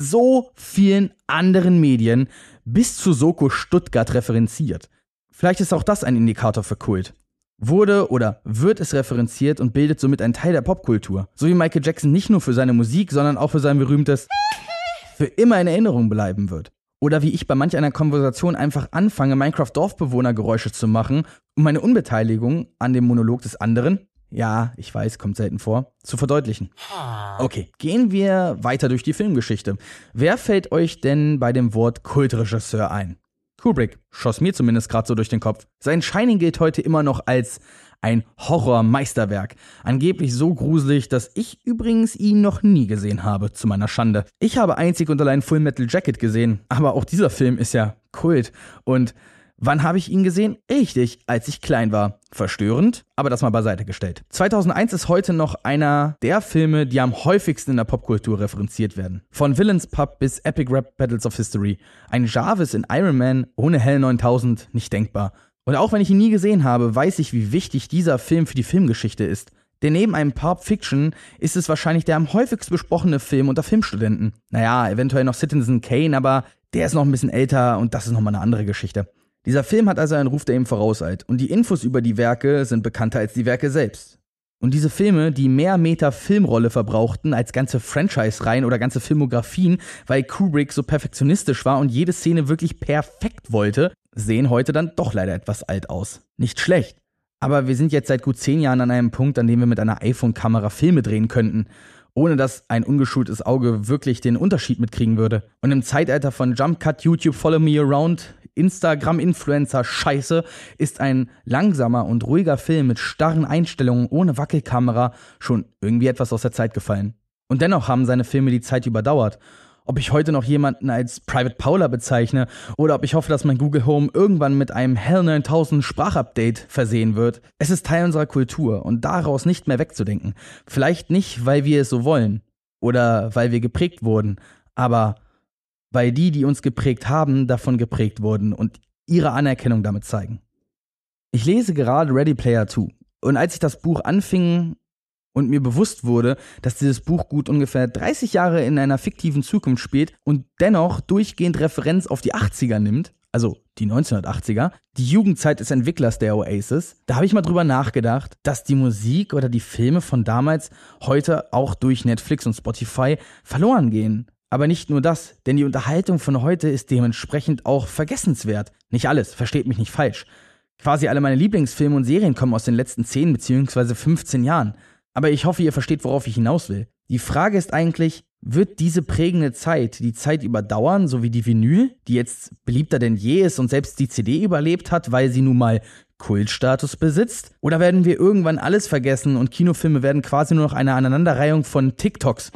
so vielen anderen Medien bis zu Soko Stuttgart referenziert. Vielleicht ist auch das ein Indikator für Kult. Wurde oder wird es referenziert und bildet somit einen Teil der Popkultur. So wie Michael Jackson nicht nur für seine Musik, sondern auch für sein berühmtes für immer in Erinnerung bleiben wird. Oder wie ich bei manch einer Konversation einfach anfange, Minecraft-Dorfbewohner-Geräusche zu machen, um meine Unbeteiligung an dem Monolog des anderen, ja, ich weiß, kommt selten vor, zu verdeutlichen. Okay, gehen wir weiter durch die Filmgeschichte. Wer fällt euch denn bei dem Wort Kultregisseur ein? Kubrick, schoss mir zumindest gerade so durch den Kopf. Sein Shining gilt heute immer noch als ein Horror-Meisterwerk. Angeblich so gruselig, dass ich übrigens ihn noch nie gesehen habe, zu meiner Schande. Ich habe einzig und allein Full Metal Jacket gesehen, aber auch dieser Film ist ja Kult. Und wann habe ich ihn gesehen? Richtig, als ich klein war. Verstörend, aber das mal beiseite gestellt. zweitausendeins ist heute noch einer der Filme, die am häufigsten in der Popkultur referenziert werden. Von Villains Pub bis Epic Rap Battles of History. Ein Jarvis in Iron Man ohne Hell neuntausend nicht denkbar. Und auch wenn ich ihn nie gesehen habe, weiß ich, wie wichtig dieser Film für die Filmgeschichte ist. Denn neben einem Pulp Fiction ist es wahrscheinlich der am häufigst besprochene Film unter Filmstudenten. Naja, eventuell noch Citizen Kane, aber der ist noch ein bisschen älter und das ist nochmal eine andere Geschichte. Dieser Film hat also einen Ruf, der ihm vorauseilt. Und die Infos über die Werke sind bekannter als die Werke selbst. Und diese Filme, die mehr Meter Filmrolle verbrauchten als ganze Franchise-Reihen oder ganze Filmografien, weil Kubrick so perfektionistisch war und jede Szene wirklich perfekt wollte, sehen heute dann doch leider etwas alt aus. Nicht schlecht. Aber wir sind jetzt seit gut zehn Jahren an einem Punkt, an dem wir mit einer iPhone-Kamera Filme drehen könnten. ohne dass ein ungeschultes Auge wirklich den Unterschied mitkriegen würde. Und im Zeitalter von Jump Cut, YouTube, Follow Me Around, Instagram-Influencer-Scheiße ist ein langsamer und ruhiger Film mit starren Einstellungen ohne Wackelkamera schon irgendwie etwas aus der Zeit gefallen. Und dennoch haben seine Filme die Zeit überdauert. Ob ich heute noch jemanden als Private Paula bezeichne oder ob ich hoffe, dass mein Google Home irgendwann mit einem Hell neuntausend Sprachupdate versehen wird. Es ist Teil unserer Kultur und daraus nicht mehr wegzudenken. Vielleicht nicht, weil wir es so wollen oder weil wir geprägt wurden, aber weil die, die uns geprägt haben, davon geprägt wurden und ihre Anerkennung damit zeigen. Ich lese gerade Ready Player zwei und als ich das Buch anfing und mir bewusst wurde, dass dieses Buch gut ungefähr dreißig Jahre in einer fiktiven Zukunft spielt und dennoch durchgehend Referenz auf die achtziger nimmt, also die neunzehnhundertachtziger, die Jugendzeit des Entwicklers der Oasis, da habe ich mal drüber nachgedacht, dass die Musik oder die Filme von damals heute auch durch Netflix und Spotify verloren gehen. Aber nicht nur das, denn die Unterhaltung von heute ist dementsprechend auch vergessenswert. Nicht alles, versteht mich nicht falsch. Quasi alle meine Lieblingsfilme und Serien kommen aus den letzten zehn bzw. fünfzehn Jahren. Aber ich hoffe, ihr versteht, worauf ich hinaus will. Die Frage ist eigentlich, wird diese prägende Zeit die Zeit überdauern, so wie die Vinyl, die jetzt beliebter denn je ist und selbst die C D überlebt hat, weil sie nun mal Kultstatus besitzt? Oder werden wir irgendwann alles vergessen und Kinofilme werden quasi nur noch eine Aneinanderreihung von TikToks?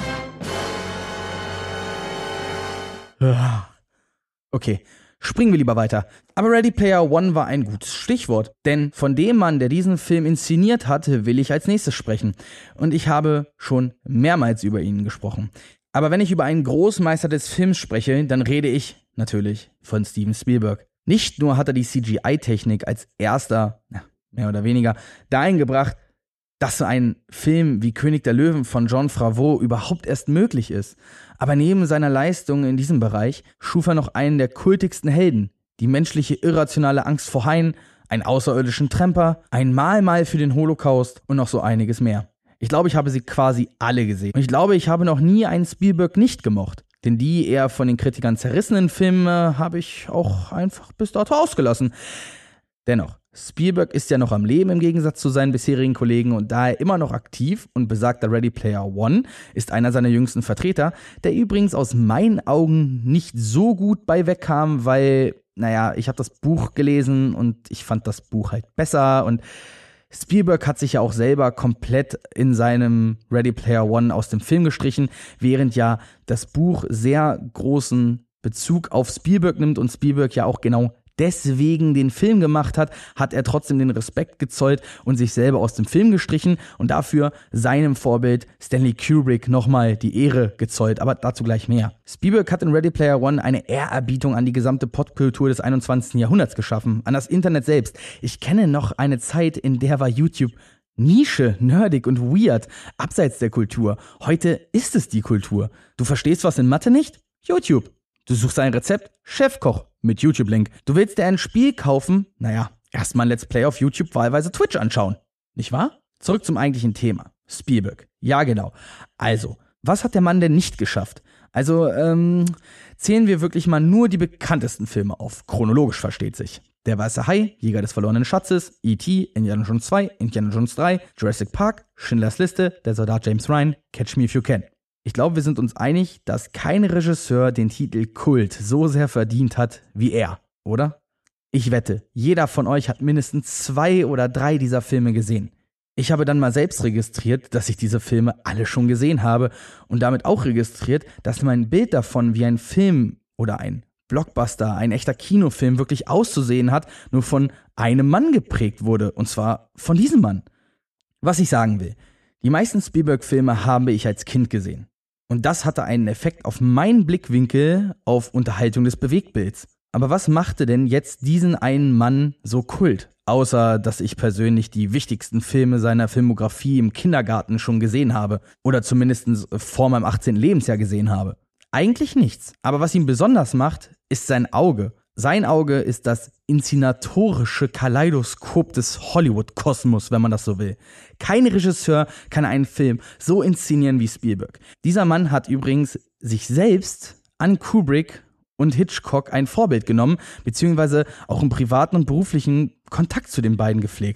Okay, springen wir lieber weiter. Aber Ready Player One war ein gutes Stichwort, denn von dem Mann, der diesen Film inszeniert hat, will ich als nächstes sprechen. Und ich habe schon mehrmals über ihn gesprochen. Aber wenn ich über einen Großmeister des Films spreche, dann rede ich natürlich von Steven Spielberg. Nicht nur hat er die C G I-Technik als erster, mehr oder weniger, dahin gebracht, dass so ein Film wie König der Löwen von Jon Favreau überhaupt erst möglich ist. Aber neben seiner Leistung in diesem Bereich schuf er noch einen der kultigsten Helden, die menschliche irrationale Angst vor Haien, einen außerirdischen Tramper, ein Mahlmal für den Holocaust und noch so einiges mehr. Ich glaube, ich habe sie quasi alle gesehen. Und ich glaube, ich habe noch nie einen Spielberg nicht gemocht. Denn die eher von den Kritikern zerrissenen Filme habe ich auch einfach bis dato ausgelassen. Dennoch, Spielberg ist ja noch am Leben im Gegensatz zu seinen bisherigen Kollegen und da er immer noch aktiv und besagter Ready Player One ist einer seiner jüngsten Vertreter, der übrigens aus meinen Augen nicht so gut bei wegkam, weil, naja, ich habe das Buch gelesen und ich fand das Buch halt besser und Spielberg hat sich ja auch selber komplett in seinem Ready Player One aus dem Film gestrichen, während ja das Buch sehr großen Bezug auf Spielberg nimmt und Spielberg ja auch genau deswegen den Film gemacht hat, hat er trotzdem den Respekt gezollt und sich selber aus dem Film gestrichen und dafür seinem Vorbild Stanley Kubrick nochmal die Ehre gezollt, aber dazu gleich mehr. Spielberg hat in Ready Player One eine Ehrerbietung an die gesamte Popkultur des einundzwanzigsten Jahrhunderts geschaffen, an das Internet selbst. Ich kenne noch eine Zeit, in der war YouTube Nische, nerdig und weird, abseits der Kultur. Heute ist es die Kultur. Du verstehst was in Mathe nicht? YouTube. Du suchst ein Rezept? Chefkoch mit YouTube-Link. Du willst dir ein Spiel kaufen? Naja, erstmal ein Let's Play auf YouTube, wahlweise Twitch anschauen. Nicht wahr? Zurück zum eigentlichen Thema. Spielberg. Ja, genau. Also, was hat der Mann denn nicht geschafft? Also, ähm, zählen wir wirklich mal nur die bekanntesten Filme auf. Chronologisch versteht sich. Der Weiße Hai, Jäger des verlorenen Schatzes, E T, Indiana Jones zwei, Indiana Jones drei, Jurassic Park, Schindlers Liste, Der Soldat James Ryan, Catch Me If You Can. Ich glaube, wir sind uns einig, dass kein Regisseur den Titel Kult so sehr verdient hat wie er, oder? Ich wette, jeder von euch hat mindestens zwei oder drei dieser Filme gesehen. Ich habe dann mal selbst registriert, dass ich diese Filme alle schon gesehen habe und damit auch registriert, dass mein Bild davon, wie ein Film oder ein Blockbuster, ein echter Kinofilm wirklich auszusehen hat, nur von einem Mann geprägt wurde, und zwar von diesem Mann. Was ich sagen will, die meisten Spielberg-Filme habe ich als Kind gesehen. Und das hatte einen Effekt auf meinen Blickwinkel auf Unterhaltung des Bewegtbilds. Aber was machte denn jetzt diesen einen Mann so kult? Außer, dass ich persönlich die wichtigsten Filme seiner Filmografie im Kindergarten schon gesehen habe. Oder zumindest vor meinem achtzehnten Lebensjahr gesehen habe. Eigentlich nichts. Aber was ihn besonders macht, ist sein Auge. Sein Auge ist das inszenatorische Kaleidoskop des Hollywood-Kosmos, wenn man das so will. Kein Regisseur kann einen Film so inszenieren wie Spielberg. Dieser Mann hat übrigens sich selbst an Kubrick und Hitchcock ein Vorbild genommen, beziehungsweise auch im privaten und beruflichen Kontakt zu den beiden gepflegt.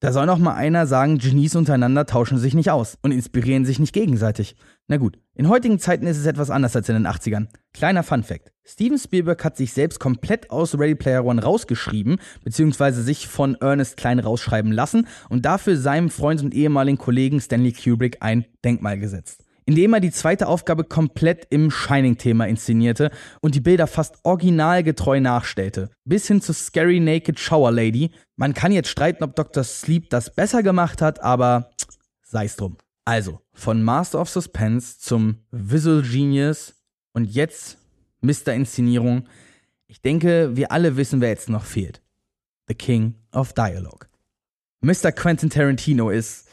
Da soll noch mal einer sagen, Genies untereinander tauschen sich nicht aus und inspirieren sich nicht gegenseitig. Na gut, in heutigen Zeiten ist es etwas anders als in den achtzigern. Kleiner Funfact: Steven Spielberg hat sich selbst komplett aus Ready Player One rausgeschrieben, beziehungsweise sich von Ernest Cline rausschreiben lassen und dafür seinem Freund und ehemaligen Kollegen Stanley Kubrick ein Denkmal gesetzt, indem er die zweite Aufgabe komplett im Shining-Thema inszenierte und die Bilder fast originalgetreu nachstellte. Bis hin zu Scary Naked Shower Lady. Man kann jetzt streiten, ob Doktor Sleep das besser gemacht hat, aber sei's drum. Also, von Master of Suspense zum Visual Genius und jetzt Mister Inszenierung. Ich denke, wir alle wissen, wer jetzt noch fehlt. The King of Dialogue. Mister Quentin Tarantino ist...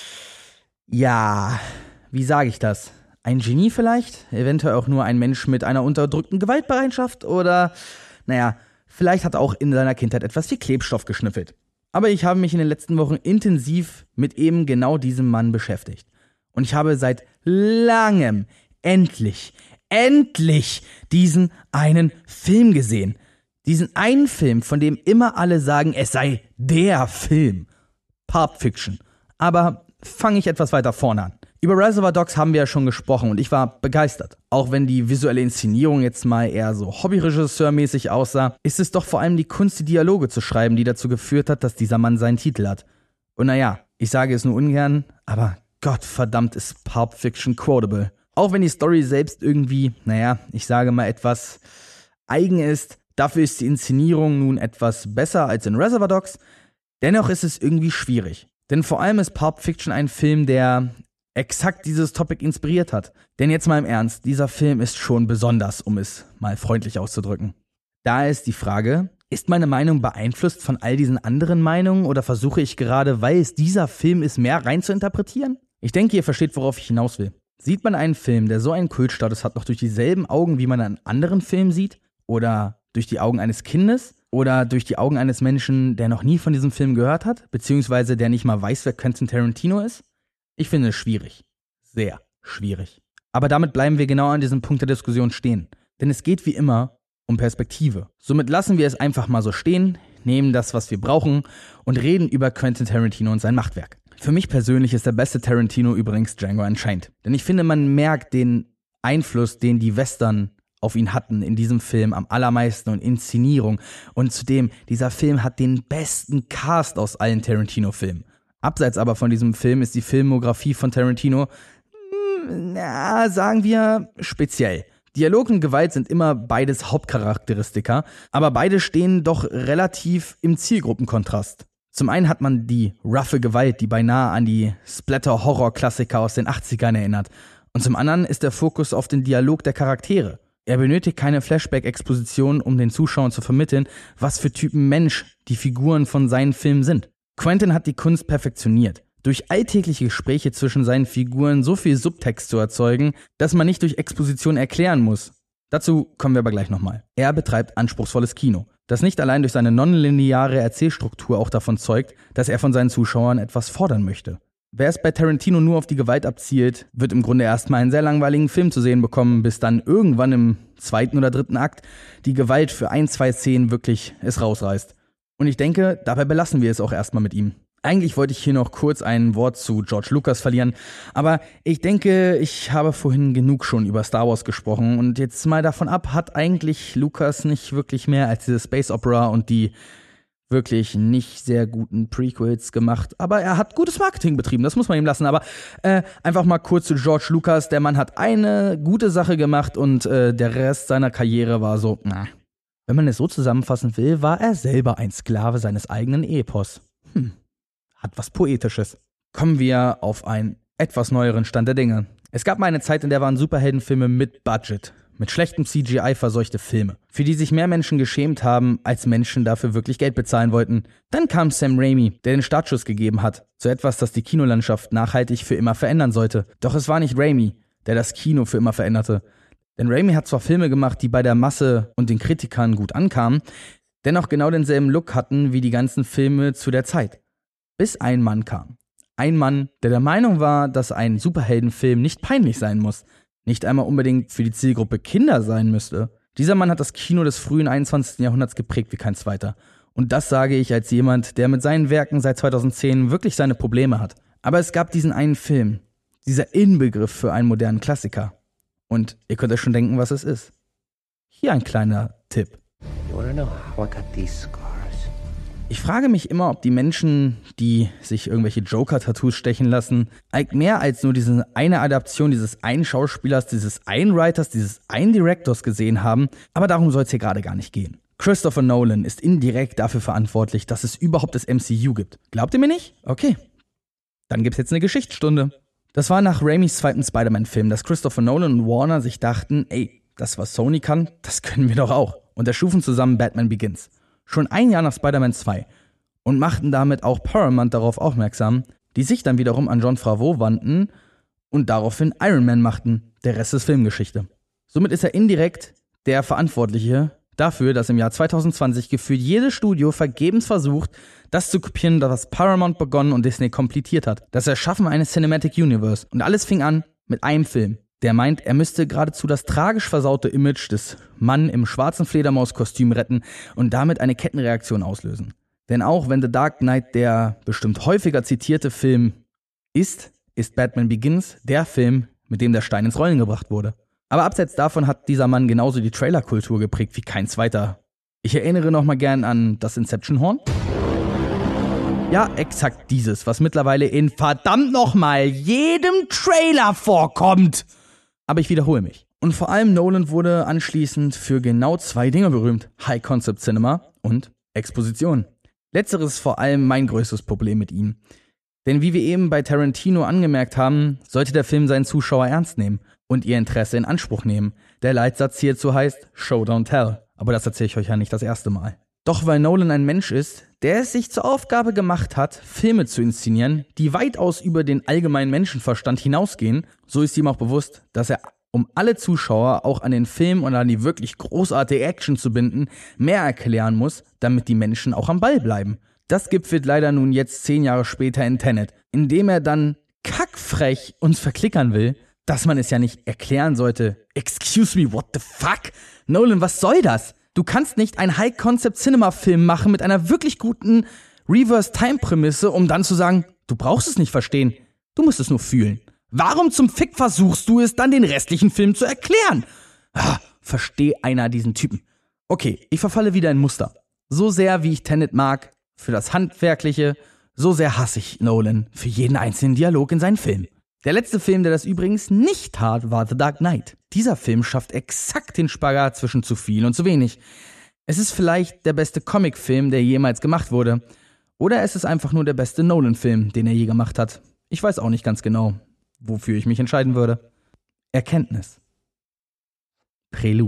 Ja... Wie sage ich das? Ein Genie vielleicht? Eventuell auch nur ein Mensch mit einer unterdrückten Gewaltbereitschaft? Oder, naja, vielleicht hat er auch in seiner Kindheit etwas wie Klebstoff geschnüffelt. Aber ich habe mich in den letzten Wochen intensiv mit eben genau diesem Mann beschäftigt. Und ich habe seit langem endlich, endlich diesen einen Film gesehen. Diesen einen Film, von dem immer alle sagen, es sei der Film. Pulp Fiction. Aber fange ich etwas weiter vorne an. Über Reservoir Dogs haben wir ja schon gesprochen und ich war begeistert. Auch wenn die visuelle Inszenierung jetzt mal eher so Hobbyregisseur-mäßig aussah, ist es doch vor allem die Kunst, die Dialoge zu schreiben, die dazu geführt hat, dass dieser Mann seinen Titel hat. Und naja, ich sage es nur ungern, aber Gottverdammt ist Pulp Fiction quotable. Auch wenn die Story selbst irgendwie, naja, ich sage mal etwas eigen ist, dafür ist die Inszenierung nun etwas besser als in Reservoir Dogs. Dennoch ist es irgendwie schwierig. Denn vor allem ist Pulp Fiction ein Film, der exakt dieses Topic inspiriert hat. Denn jetzt mal im Ernst, dieser Film ist schon besonders, um es mal freundlich auszudrücken. Da ist die Frage, ist meine Meinung beeinflusst von all diesen anderen Meinungen oder versuche ich gerade, weil es dieser Film ist, mehr rein zu interpretieren? Ich denke, ihr versteht, worauf ich hinaus will. Sieht man einen Film, der so einen Kultstatus hat, noch durch dieselben Augen, wie man einen anderen Film sieht? Oder durch die Augen eines Kindes? Oder durch die Augen eines Menschen, der noch nie von diesem Film gehört hat? Beziehungsweise der nicht mal weiß, wer Quentin Tarantino ist? Ich finde es schwierig. Sehr schwierig. Aber damit bleiben wir genau an diesem Punkt der Diskussion stehen. Denn es geht wie immer um Perspektive. Somit lassen wir es einfach mal so stehen, nehmen das, was wir brauchen und reden über Quentin Tarantino und sein Machtwerk. Für mich persönlich ist der beste Tarantino übrigens Django Unchained. Denn ich finde, man merkt den Einfluss, den die Western auf ihn hatten in diesem Film am allermeisten und Inszenierung. Und zudem, dieser Film hat den besten Cast aus allen Tarantino-Filmen. Abseits aber von diesem Film ist die Filmografie von Tarantino, na, sagen wir, speziell. Dialog und Gewalt sind immer beides Hauptcharakteristika, aber beide stehen doch relativ im Zielgruppenkontrast. Zum einen hat man die roughe Gewalt, die beinahe an die Splatter-Horror-Klassiker aus den achtzigern erinnert. Und zum anderen ist der Fokus auf den Dialog der Charaktere. Er benötigt keine Flashback-Exposition, um den Zuschauern zu vermitteln, was für Typen Mensch die Figuren von seinen Filmen sind. Quentin hat die Kunst perfektioniert, durch alltägliche Gespräche zwischen seinen Figuren so viel Subtext zu erzeugen, dass man nicht durch Exposition erklären muss. Dazu kommen wir aber gleich nochmal. Er betreibt anspruchsvolles Kino, das nicht allein durch seine nonlineare Erzählstruktur auch davon zeugt, dass er von seinen Zuschauern etwas fordern möchte. Wer es bei Tarantino nur auf die Gewalt abzielt, wird im Grunde erstmal einen sehr langweiligen Film zu sehen bekommen, bis dann irgendwann im zweiten oder dritten Akt die Gewalt für ein, zwei Szenen wirklich es rausreißt. Und ich denke, dabei belassen wir es auch erstmal mit ihm. Eigentlich wollte ich hier noch kurz ein Wort zu George Lucas verlieren, aber ich denke, ich habe vorhin genug schon über Star Wars gesprochen und jetzt mal davon ab, hat eigentlich Lucas nicht wirklich mehr als diese Space Opera und die wirklich nicht sehr guten Prequels gemacht, aber er hat gutes Marketing betrieben, das muss man ihm lassen, aber äh, einfach mal kurz zu George Lucas, der Mann hat eine gute Sache gemacht und äh, der Rest seiner Karriere war so, na. Wenn man es so zusammenfassen will, war er selber ein Sklave seines eigenen Epos. Hm, hat was Poetisches. Kommen wir auf einen etwas neueren Stand der Dinge. Es gab mal eine Zeit, in der waren Superheldenfilme mit Budget, mit schlechtem C G I verseuchte Filme, für die sich mehr Menschen geschämt haben, als Menschen dafür wirklich Geld bezahlen wollten. Dann kam Sam Raimi, der den Startschuss gegeben hat, zu etwas, das die Kinolandschaft nachhaltig für immer verändern sollte. Doch es war nicht Raimi, der das Kino für immer veränderte. Denn Raimi hat zwar Filme gemacht, die bei der Masse und den Kritikern gut ankamen, dennoch genau denselben Look hatten wie die ganzen Filme zu der Zeit. Bis ein Mann kam. Ein Mann, der der Meinung war, dass ein Superheldenfilm nicht peinlich sein muss, nicht einmal unbedingt für die Zielgruppe Kinder sein müsste. Dieser Mann hat das Kino des frühen einundzwanzigsten Jahrhunderts geprägt wie kein zweiter. Und das sage ich als jemand, der mit seinen Werken seit zweitausendzehn wirklich seine Probleme hat. Aber es gab diesen einen Film, dieser Inbegriff für einen modernen Klassiker. Und ihr könnt euch schon denken, was es ist. Hier ein kleiner Tipp. You wanna know how I got these scars? Ich frage mich immer, ob die Menschen, die sich irgendwelche Joker-Tattoos stechen lassen, eigentlich mehr als nur diese eine Adaption dieses einen Schauspielers, dieses einen Writers, dieses einen Directors gesehen haben. Aber darum soll es hier gerade gar nicht gehen. Christopher Nolan ist indirekt dafür verantwortlich, dass es überhaupt das M C U gibt. Glaubt ihr mir nicht? Okay. Dann gibt's jetzt eine Geschichtsstunde. Das war nach Raimis zweiten Spider-Man-Film, dass Christopher Nolan und Warner sich dachten, ey, das, was Sony kann, das können wir doch auch. Und erschufen zusammen Batman Begins. Schon ein Jahr nach Spider-Man zwei. Und machten damit auch Paramount darauf aufmerksam, die sich dann wiederum an Jon Favreau wandten und daraufhin Iron Man machten. Der Rest ist Filmgeschichte. Somit ist er indirekt der Verantwortliche dafür, dass im Jahr zweitausendzwanzig gefühlt jedes Studio vergebens versucht, das zu kopieren, was Paramount begonnen und Disney komplettiert hat. Das Erschaffen eines Cinematic Universe. Und alles fing an mit einem Film. Der meint, er müsste geradezu das tragisch versaute Image des Mann im schwarzen Fledermauskostüm retten und damit eine Kettenreaktion auslösen. Denn auch wenn The Dark Knight der bestimmt häufiger zitierte Film ist, ist Batman Begins der Film, mit dem der Stein ins Rollen gebracht wurde. Aber abseits davon hat dieser Mann genauso die Trailerkultur geprägt wie kein zweiter. Ich erinnere nochmal gern an das Inception-Horn. Ja, exakt dieses, was mittlerweile in verdammt nochmal jedem Trailer vorkommt. Aber ich wiederhole mich. Und vor allem Nolan wurde anschließend für genau zwei Dinge berühmt. High Concept Cinema und Exposition. Letzteres vor allem mein größtes Problem mit ihm. Denn wie wir eben bei Tarantino angemerkt haben, sollte der Film seinen Zuschauer ernst nehmen und ihr Interesse in Anspruch nehmen. Der Leitsatz hierzu heißt Show Don't Tell. Aber das erzähle ich euch ja nicht das erste Mal. Doch weil Nolan ein Mensch ist, der es sich zur Aufgabe gemacht hat, Filme zu inszenieren, die weitaus über den allgemeinen Menschenverstand hinausgehen, so ist ihm auch bewusst, dass er, um alle Zuschauer auch an den Film und an die wirklich großartige Action zu binden, mehr erklären muss, damit die Menschen auch am Ball bleiben. Das gipfelt leider nun jetzt zehn Jahre später in Tenet, indem er dann kackfrech uns verklickern will, dass man es ja nicht erklären sollte. Excuse me, what the fuck? Nolan, was soll das? Du kannst nicht einen High-Concept-Cinema-Film machen mit einer wirklich guten Reverse-Time-Prämisse, um dann zu sagen, du brauchst es nicht verstehen, du musst es nur fühlen. Warum zum Fick versuchst du es dann, den restlichen Film zu erklären? Ah, versteh einer diesen Typen. Okay, ich verfalle wieder in Muster. So sehr, wie ich Tenet mag, für das Handwerkliche, so sehr hasse ich Nolan für jeden einzelnen Dialog in seinen Filmen. Der letzte Film, der das übrigens nicht tat, war The Dark Knight. Dieser Film schafft exakt den Spagat zwischen zu viel und zu wenig. Es ist vielleicht der beste Comicfilm, der jemals gemacht wurde. Oder es ist einfach nur der beste Nolan-Film, den er je gemacht hat. Ich weiß auch nicht ganz genau, wofür ich mich entscheiden würde. Erkenntnis. Prelude.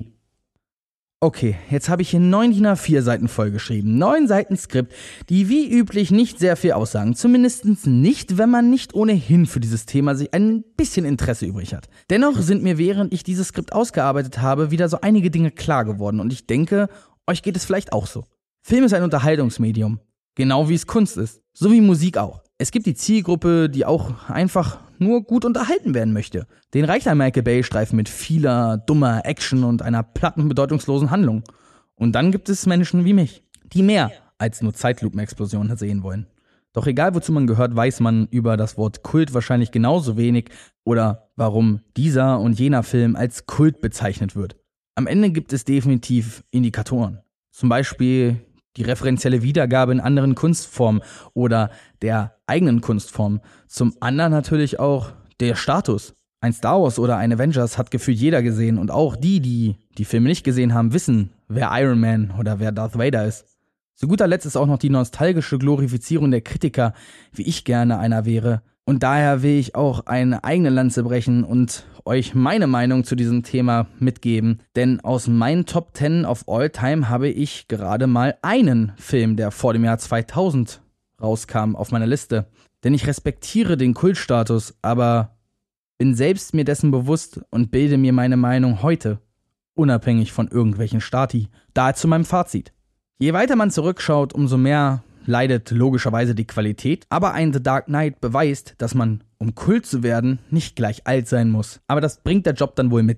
Okay, jetzt habe ich hier neun D I N A vier Seiten vollgeschrieben. Neun Seiten Skript, die wie üblich nicht sehr viel aussagen. Zumindest nicht, wenn man nicht ohnehin für dieses Thema sich ein bisschen Interesse übrig hat. Dennoch sind mir, während ich dieses Skript ausgearbeitet habe, wieder so einige Dinge klar geworden. Und ich denke, euch geht es vielleicht auch so. Film ist ein Unterhaltungsmedium. Genau wie es Kunst ist. So wie Musik auch. Es gibt die Zielgruppe, die auch einfach nur gut unterhalten werden möchte. Den reicht ein Michael Bay-Streifen mit vieler dummer Action und einer platten, bedeutungslosen Handlung. Und dann gibt es Menschen wie mich, die mehr als nur Zeitlupenexplosionen sehen wollen. Doch egal wozu man gehört, weiß man über das Wort Kult wahrscheinlich genauso wenig oder warum dieser und jener Film als Kult bezeichnet wird. Am Ende gibt es definitiv Indikatoren. Zum Beispiel die referenzielle Wiedergabe in anderen Kunstformen oder der eigenen Kunstform. Zum anderen natürlich auch der Status. Ein Star Wars oder ein Avengers hat gefühlt jeder gesehen und auch die, die die Filme nicht gesehen haben, wissen, wer Iron Man oder wer Darth Vader ist. Zu guter Letzt ist auch noch die nostalgische Glorifizierung der Kritiker, wie ich gerne einer wäre. Und daher will ich auch eine eigene Lanze brechen und euch meine Meinung zu diesem Thema mitgeben. Denn aus meinen Top zehn of All Time habe ich gerade mal einen Film, der vor dem Jahr zweitausend rauskam, auf meiner Liste. Denn ich respektiere den Kultstatus, aber bin selbst mir dessen bewusst und bilde mir meine Meinung heute, unabhängig von irgendwelchen Stati. Daher zu meinem Fazit. Je weiter man zurückschaut, umso mehr leidet logischerweise die Qualität, aber ein The Dark Knight beweist, dass man, um Kult zu werden, nicht gleich alt sein muss. Aber das bringt der Job dann wohl mit sich.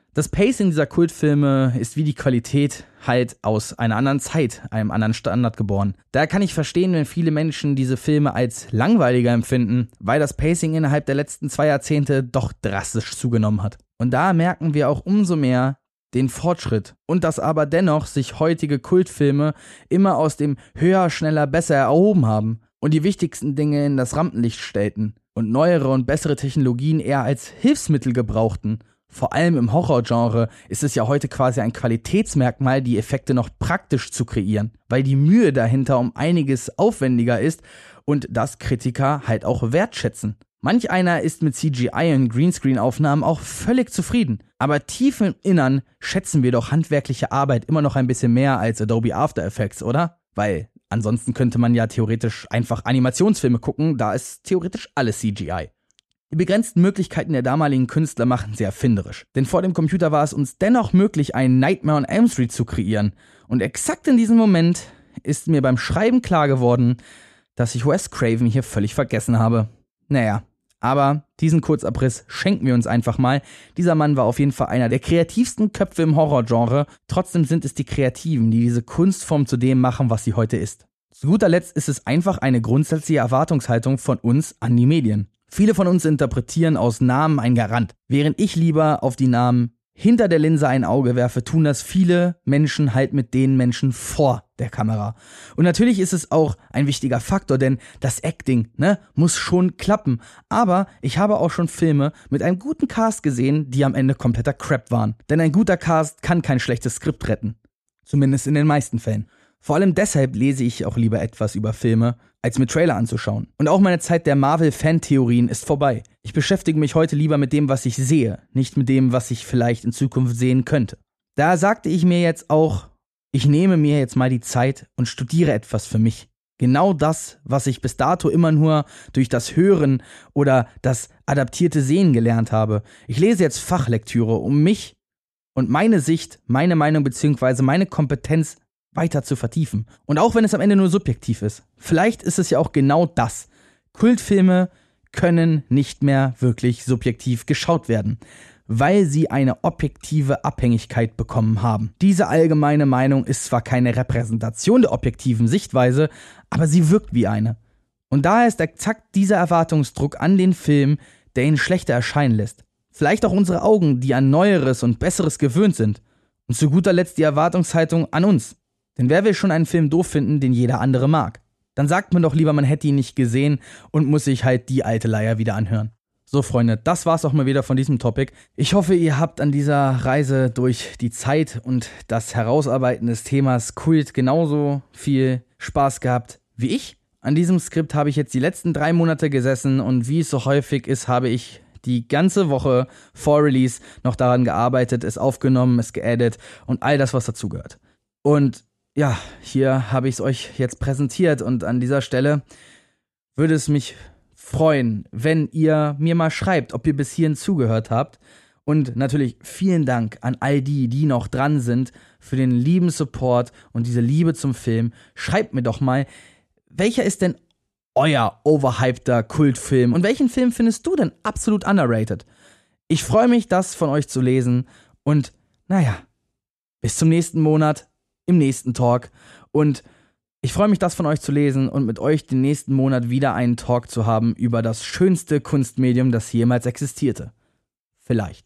Das Pacing dieser Kultfilme ist wie die Qualität halt aus einer anderen Zeit, einem anderen Standard geboren. Da kann ich verstehen, wenn viele Menschen diese Filme als langweiliger empfinden, weil das Pacing innerhalb der letzten zwei Jahrzehnte doch drastisch zugenommen hat. Und da merken wir auch umso mehr den Fortschritt und dass aber dennoch sich heutige Kultfilme immer aus dem höher, schneller, besser erhoben haben und die wichtigsten Dinge in das Rampenlicht stellten und neuere und bessere Technologien eher als Hilfsmittel gebrauchten. Vor allem im Horrorgenre ist es ja heute quasi ein Qualitätsmerkmal, die Effekte noch praktisch zu kreieren, weil die Mühe dahinter um einiges aufwendiger ist und das Kritiker halt auch wertschätzen. Manch einer ist mit C G I und Greenscreen-Aufnahmen auch völlig zufrieden, aber tief im Innern schätzen wir doch handwerkliche Arbeit immer noch ein bisschen mehr als Adobe After Effects, oder? Weil ansonsten könnte man ja theoretisch einfach Animationsfilme gucken, da ist theoretisch alles C G I. Die begrenzten Möglichkeiten der damaligen Künstler machen sie erfinderisch. Denn vor dem Computer war es uns dennoch möglich, einen Nightmare on Elm Street zu kreieren. Und exakt in diesem Moment ist mir beim Schreiben klar geworden, dass ich Wes Craven hier völlig vergessen habe. Naja, aber diesen Kurzabriss schenken wir uns einfach mal. Dieser Mann war auf jeden Fall einer der kreativsten Köpfe im Horrorgenre. Trotzdem sind es die Kreativen, die diese Kunstform zu dem machen, was sie heute ist. Zu guter Letzt ist es einfach eine grundsätzliche Erwartungshaltung von uns an die Medien. Viele von uns interpretieren aus Namen ein Garant. Während ich lieber auf die Namen hinter der Linse ein Auge werfe, tun das viele Menschen halt mit den Menschen vor der Kamera. Und natürlich ist es auch ein wichtiger Faktor, denn das Acting, ne, muss schon klappen. Aber ich habe auch schon Filme mit einem guten Cast gesehen, die am Ende kompletter Crap waren. Denn ein guter Cast kann kein schlechtes Skript retten. Zumindest in den meisten Fällen. Vor allem deshalb lese ich auch lieber etwas über Filme, als mir Trailer anzuschauen. Und auch meine Zeit der Marvel-Fan-Theorien ist vorbei. Ich beschäftige mich heute lieber mit dem, was ich sehe, nicht mit dem, was ich vielleicht in Zukunft sehen könnte. Da sagte ich mir jetzt auch, ich nehme mir jetzt mal die Zeit und studiere etwas für mich. Genau das, was ich bis dato immer nur durch das Hören oder das adaptierte Sehen gelernt habe. Ich lese jetzt Fachlektüre, um mich und meine Sicht, meine Meinung bzw. meine Kompetenz weiter zu vertiefen. Und auch wenn es am Ende nur subjektiv ist. Vielleicht ist es ja auch genau das. Kultfilme können nicht mehr wirklich subjektiv geschaut werden, weil sie eine objektive Abhängigkeit bekommen haben. Diese allgemeine Meinung ist zwar keine Repräsentation der objektiven Sichtweise, aber sie wirkt wie eine. Und daher ist exakt dieser Erwartungsdruck an den Film, der ihn schlechter erscheinen lässt. Vielleicht auch unsere Augen, die an Neueres und Besseres gewöhnt sind. Und zu guter Letzt die Erwartungshaltung an uns. Denn wer will schon einen Film doof finden, den jeder andere mag? Dann sagt man doch lieber, man hätte ihn nicht gesehen und muss sich halt die alte Leier wieder anhören. So Freunde, das war's auch mal wieder von diesem Topic. Ich hoffe, ihr habt an dieser Reise durch die Zeit und das Herausarbeiten des Themas Kult genauso viel Spaß gehabt wie ich. An diesem Skript habe ich jetzt die letzten drei Monate gesessen und wie es so häufig ist, habe ich die ganze Woche vor Release noch daran gearbeitet, es aufgenommen, es geedit und all das, was dazugehört. Und ja, hier habe ich es euch jetzt präsentiert und an dieser Stelle würde es mich freuen, wenn ihr mir mal schreibt, ob ihr bis hierhin zugehört habt. Und natürlich vielen Dank an all die, die noch dran sind, für den lieben Support und diese Liebe zum Film. Schreibt mir doch mal, welcher ist denn euer overhypter Kultfilm und welchen Film findest du denn absolut underrated? Ich freue mich, das von euch zu lesen und naja, bis zum nächsten Monat. Im nächsten Talk und ich freue mich, das von euch zu lesen und mit euch den nächsten Monat wieder einen Talk zu haben über das schönste Kunstmedium, das jemals existierte. Vielleicht.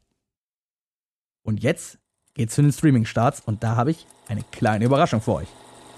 Und jetzt geht's zu den Streaming-Starts und da habe ich eine kleine Überraschung für euch.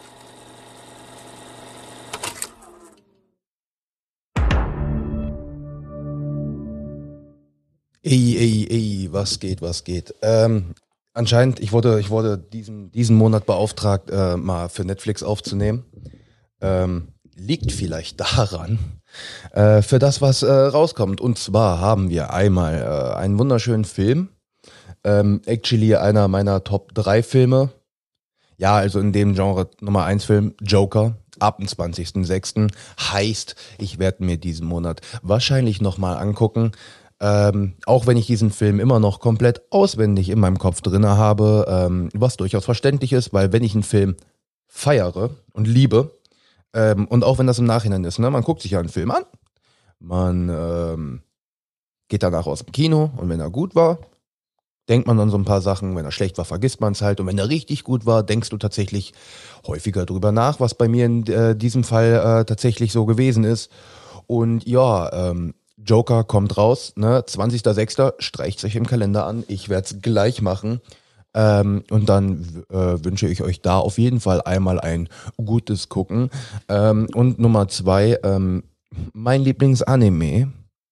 Ey, ey, ey, was geht, was geht? Ähm, Anscheinend, ich wurde, ich wurde diesen, diesen Monat beauftragt, äh, mal für Netflix aufzunehmen. Ähm, liegt vielleicht daran, äh, für das, was äh, rauskommt. Und zwar haben wir einmal äh, einen wunderschönen Film. Ähm, actually einer meiner Top drei Filme. Ja, also in dem Genre Nummer eins Film, Joker, ab dem zwanzigsten sechsten Heißt, ich werde mir diesen Monat wahrscheinlich nochmal angucken. Ähm, auch wenn ich diesen Film immer noch komplett auswendig in meinem Kopf drin habe, ähm, was durchaus verständlich ist, weil wenn ich einen Film feiere und liebe, ähm, und auch wenn das im Nachhinein ist, ne, man guckt sich ja einen Film an, man ähm, geht danach aus dem Kino und wenn er gut war, denkt man an so ein paar Sachen. Wenn er schlecht war, vergisst man es halt. Und wenn er richtig gut war, denkst du tatsächlich häufiger drüber nach, was bei mir in äh, diesem Fall äh, tatsächlich so gewesen ist. Und ja, ähm, Joker kommt raus, ne? zwanzigster sechster Streicht euch im Kalender an. Ich werde es gleich machen. Ähm, und dann äh, wünsche ich euch da auf jeden Fall einmal ein gutes Gucken. Ähm, und Nummer zwei, ähm, mein Lieblingsanime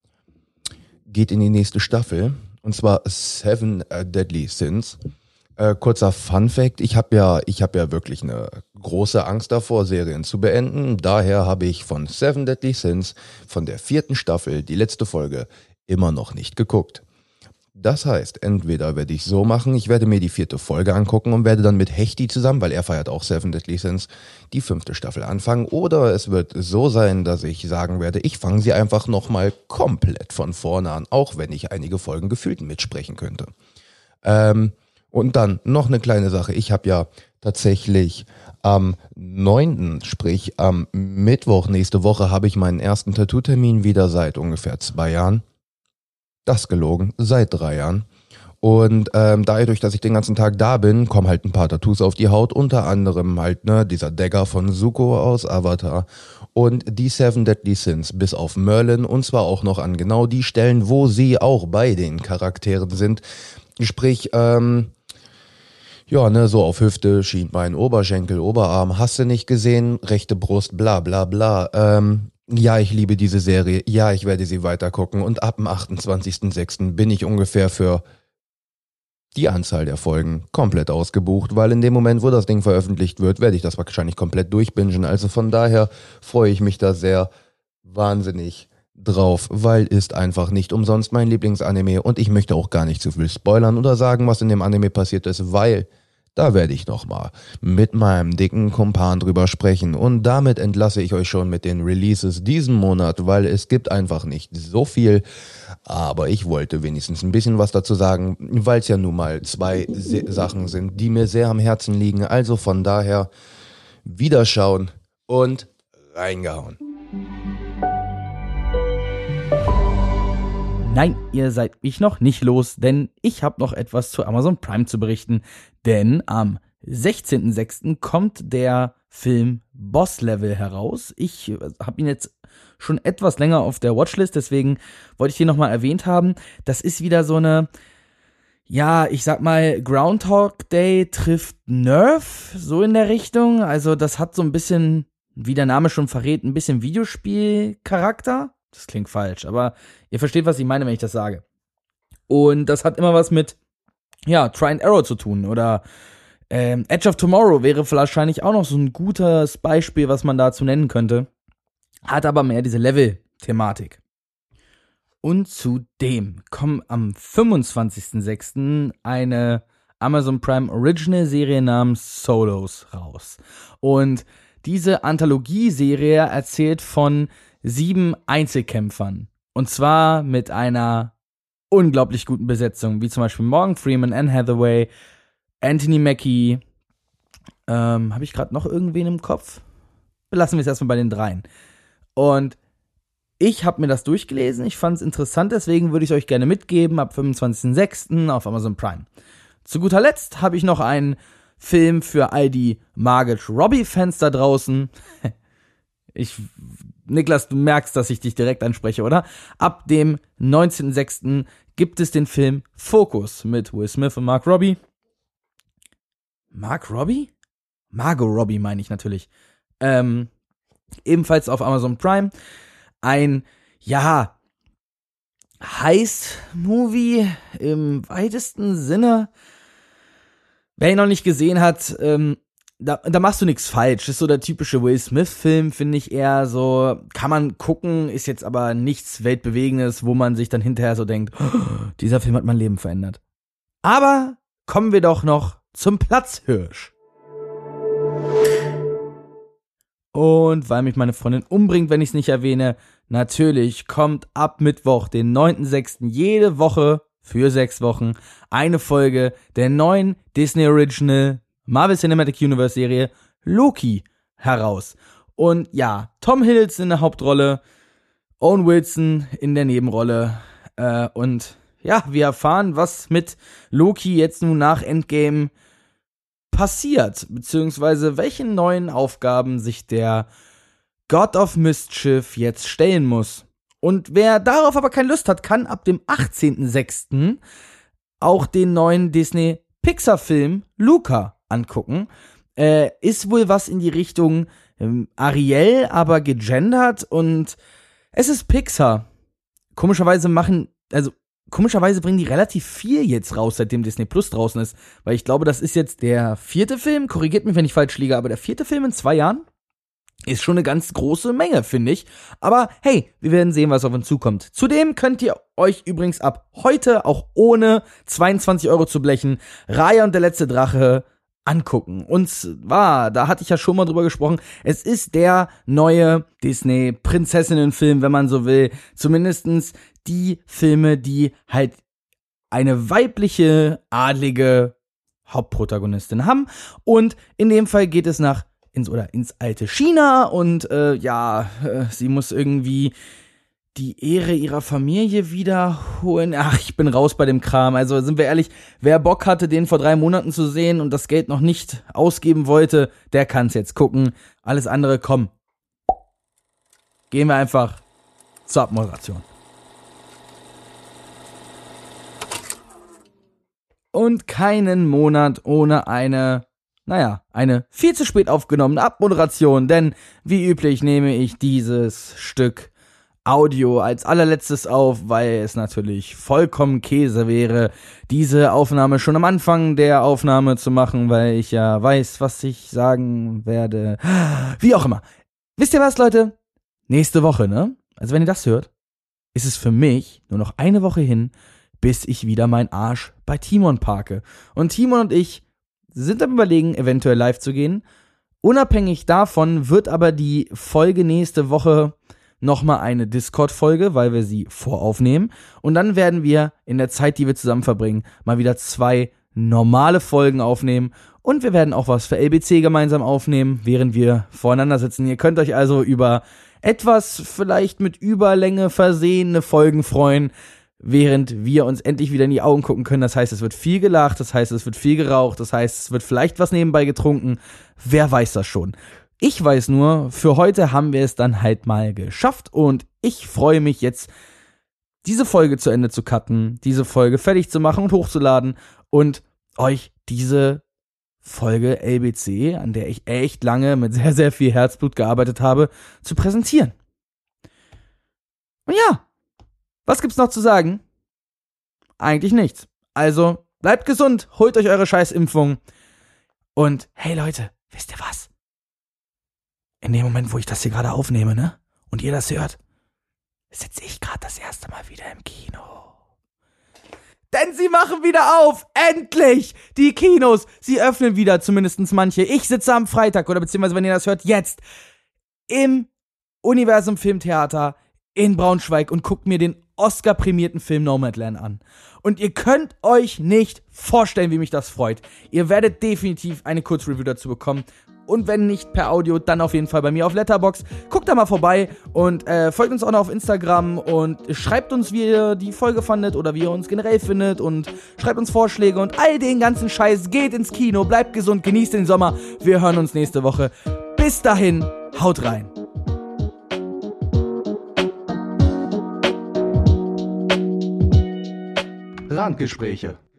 geht in die nächste Staffel. Und zwar Seven Deadly Sins. Äh, kurzer Funfact, ich habe ja, ich habe ja wirklich eine große Angst davor, Serien zu beenden. Daher habe ich von Seven Deadly Sins, von der vierten Staffel, die letzte Folge, immer noch nicht geguckt. Das heißt, entweder werde ich so machen, ich werde mir die vierte Folge angucken und werde dann mit Hechti zusammen, weil er feiert auch Seven Deadly Sins, die fünfte Staffel anfangen. Oder es wird so sein, dass ich sagen werde, ich fange sie einfach nochmal komplett von vorne an, auch wenn ich einige Folgen gefühlt mitsprechen könnte. Ähm, und dann noch eine kleine Sache. Ich habe ja tatsächlich am neunten, sprich am Mittwoch nächste Woche, habe ich meinen ersten Tattoo-Termin wieder seit ungefähr zwei Jahren. Das gelogen, seit drei Jahren. Und ähm, dadurch, dass ich den ganzen Tag da bin, kommen halt ein paar Tattoos auf die Haut, unter anderem halt ne dieser Dagger von Zuko aus Avatar und die Seven Deadly Sins bis auf Merlin und zwar auch noch an genau die Stellen, wo sie auch bei den Charakteren sind. Sprich, ähm, ja, ne, so auf Hüfte, Schienbein, Oberschenkel, Oberarm, hast du nicht gesehen, rechte Brust, bla bla bla. Ähm, Ja, ich liebe diese Serie. Ja, ich werde sie weitergucken. Und ab dem achtundzwanzigsten sechsten bin ich ungefähr für die Anzahl der Folgen komplett ausgebucht, weil in dem Moment, wo das Ding veröffentlicht wird, werde ich das wahrscheinlich komplett durchbingen. Also von daher freue ich mich da sehr wahnsinnig drauf, weil ist einfach nicht umsonst mein Lieblingsanime und ich möchte auch gar nicht zu viel spoilern oder sagen, was in dem Anime passiert ist, weil da werde ich nochmal mit meinem dicken Kumpan drüber sprechen. Und damit entlasse ich euch schon mit den Releases diesen Monat, weil es gibt einfach nicht so viel. Aber ich wollte wenigstens ein bisschen was dazu sagen, weil es ja nun mal zwei Se- Sachen sind, die mir sehr am Herzen liegen. Also von daher wiederschauen und reingehauen. Nein, ihr seid mich noch nicht los, denn ich habe noch etwas zu Amazon Prime zu berichten. Denn am sechzehnten sechsten kommt der Film Boss Level heraus. Ich habe ihn jetzt schon etwas länger auf der Watchlist, deswegen wollte ich den nochmal erwähnt haben. Das ist wieder so eine, ja, ich sag mal, Groundhog Day trifft Nerf, so in der Richtung. Also das hat so ein bisschen, wie der Name schon verrät, ein bisschen Videospielcharakter. Das klingt falsch, aber ihr versteht, was ich meine, wenn ich das sage. Und das hat immer was mit, ja, Try and Error zu tun. Oder ähm, Edge of Tomorrow wäre wahrscheinlich auch noch so ein gutes Beispiel, was man dazu nennen könnte. Hat aber mehr diese Level-Thematik. Und zudem kommt am fünfundzwanzigsten sechsten eine Amazon Prime Original-Serie namens Solos raus. Und diese Anthologie-Serie erzählt von sieben Einzelkämpfern. Und zwar mit einer unglaublich guten Besetzung, wie zum Beispiel Morgan Freeman, Anne Hathaway, Anthony Mackie. Ähm, habe ich gerade noch irgendwen im Kopf? Belassen wir es erstmal bei den dreien. Und ich habe mir das durchgelesen, ich fand es interessant, deswegen würde ich es euch gerne mitgeben, ab fünfundzwanzigsten sechsten auf Amazon Prime. Zu guter Letzt habe ich noch einen Film für all die Margot Robbie-Fans da draußen. Ich, Niklas, du merkst, dass ich dich direkt anspreche, oder? Ab dem neunzehnten sechsten gibt es den Film Focus mit Will Smith und Mark Robbie. Mark Robbie? Margot Robbie meine ich natürlich. Ähm, ebenfalls auf Amazon Prime. Ein, ja, Heist-Movie im weitesten Sinne. Wer ihn noch nicht gesehen hat, ähm, Da, da machst du nichts falsch. Ist so der typische Will Smith-Film, finde ich eher so. Kann man gucken, ist jetzt aber nichts Weltbewegendes, wo man sich dann hinterher so denkt, oh, dieser Film hat mein Leben verändert. Aber kommen wir doch noch zum Platzhirsch. Und weil mich meine Freundin umbringt, wenn ich es nicht erwähne, natürlich kommt ab Mittwoch, den neunten sechsten jede Woche für sechs Wochen eine Folge der neuen Disney Original Marvel Cinematic Universe Serie Loki heraus. Und ja, Tom Hiddleston in der Hauptrolle, Owen Wilson in der Nebenrolle äh, und ja, wir erfahren, was mit Loki jetzt nun nach Endgame passiert, beziehungsweise welche neuen Aufgaben sich der God of Mischief jetzt stellen muss. Und wer darauf aber keine Lust hat, kann ab dem achtzehnten sechsten auch den neuen Disney-Pixar-Film Luca angucken. Äh, ist wohl was in die Richtung ähm, Ariel, aber gegendert, und es ist Pixar. Komischerweise machen, also komischerweise bringen die relativ viel jetzt raus, seitdem Disney Plus draußen ist, weil ich glaube, das ist jetzt der vierte Film, korrigiert mich, wenn ich falsch liege, aber der vierte Film in zwei Jahren ist schon eine ganz große Menge, finde ich. Aber hey, wir werden sehen, was auf uns zukommt. Zudem könnt ihr euch übrigens ab heute, auch ohne zweiundzwanzig Euro zu blechen, Raya und der letzte Drache angucken. Und zwar, da hatte ich ja schon mal drüber gesprochen, es ist der neue Disney-Prinzessinnen-Film, wenn man so will. Zumindestens die Filme, die halt eine weibliche, adlige Hauptprotagonistin haben. Und in dem Fall geht es nach ins oder ins alte China und äh, ja, äh, sie muss irgendwie die Ehre ihrer Familie wiederholen. Ach, ich bin raus bei dem Kram. Also sind wir ehrlich, wer Bock hatte, den vor drei Monaten zu sehen und das Geld noch nicht ausgeben wollte, der kann's jetzt gucken. Alles andere, komm. Gehen wir einfach zur Abmoderation. Und keinen Monat ohne eine, naja, eine viel zu spät aufgenommene Abmoderation, denn wie üblich nehme ich dieses Stück Audio als allerletztes auf, weil es natürlich vollkommen Käse wäre, diese Aufnahme schon am Anfang der Aufnahme zu machen, weil ich ja weiß, was ich sagen werde. Wie auch immer. Wisst ihr was, Leute? Nächste Woche, ne? Also wenn ihr das hört, ist es für mich nur noch eine Woche hin, bis ich wieder meinen Arsch bei Timon parke. Und Timon und ich sind am Überlegen, eventuell live zu gehen. Unabhängig davon wird aber die Folge nächste Woche nochmal eine Discord-Folge, weil wir sie voraufnehmen. Und dann werden wir in der Zeit, die wir zusammen verbringen, mal wieder zwei normale Folgen aufnehmen. Und wir werden auch was für L B C gemeinsam aufnehmen, während wir voreinander sitzen. Ihr könnt euch also über etwas vielleicht mit Überlänge versehene Folgen freuen, während wir uns endlich wieder in die Augen gucken können. Das heißt, es wird viel gelacht, das heißt, es wird viel geraucht, das heißt, es wird vielleicht was nebenbei getrunken. Wer weiß das schon? Ich weiß nur, für heute haben wir es dann halt mal geschafft und ich freue mich jetzt, diese Folge zu Ende zu cutten, diese Folge fertig zu machen und hochzuladen und euch diese Folge L B C, an der ich echt lange mit sehr, sehr viel Herzblut gearbeitet habe, zu präsentieren. Und ja, was gibt's noch zu sagen? Eigentlich nichts. Also, bleibt gesund, holt euch eure Scheißimpfung und hey Leute, wisst ihr was? In dem Moment, wo ich das hier gerade aufnehme, ne? Und ihr das hört, sitze ich gerade das erste Mal wieder im Kino. Denn sie machen wieder auf! Endlich! Die Kinos, sie öffnen wieder, zumindest manche. Ich sitze am Freitag, oder beziehungsweise, wenn ihr das hört, jetzt im Universum Filmtheater in Braunschweig und guckt mir den Oscar-prämierten Film Nomadland an. Und ihr könnt euch nicht vorstellen, wie mich das freut. Ihr werdet definitiv eine Kurzreview dazu bekommen. Und wenn nicht per Audio, dann auf jeden Fall bei mir auf Letterboxd. Guckt da mal vorbei und äh, folgt uns auch noch auf Instagram und schreibt uns, wie ihr die Folge fandet oder wie ihr uns generell findet und schreibt uns Vorschläge und all den ganzen Scheiß. Geht ins Kino, bleibt gesund, genießt den Sommer. Wir hören uns nächste Woche. Bis dahin, haut rein. Randgespräche.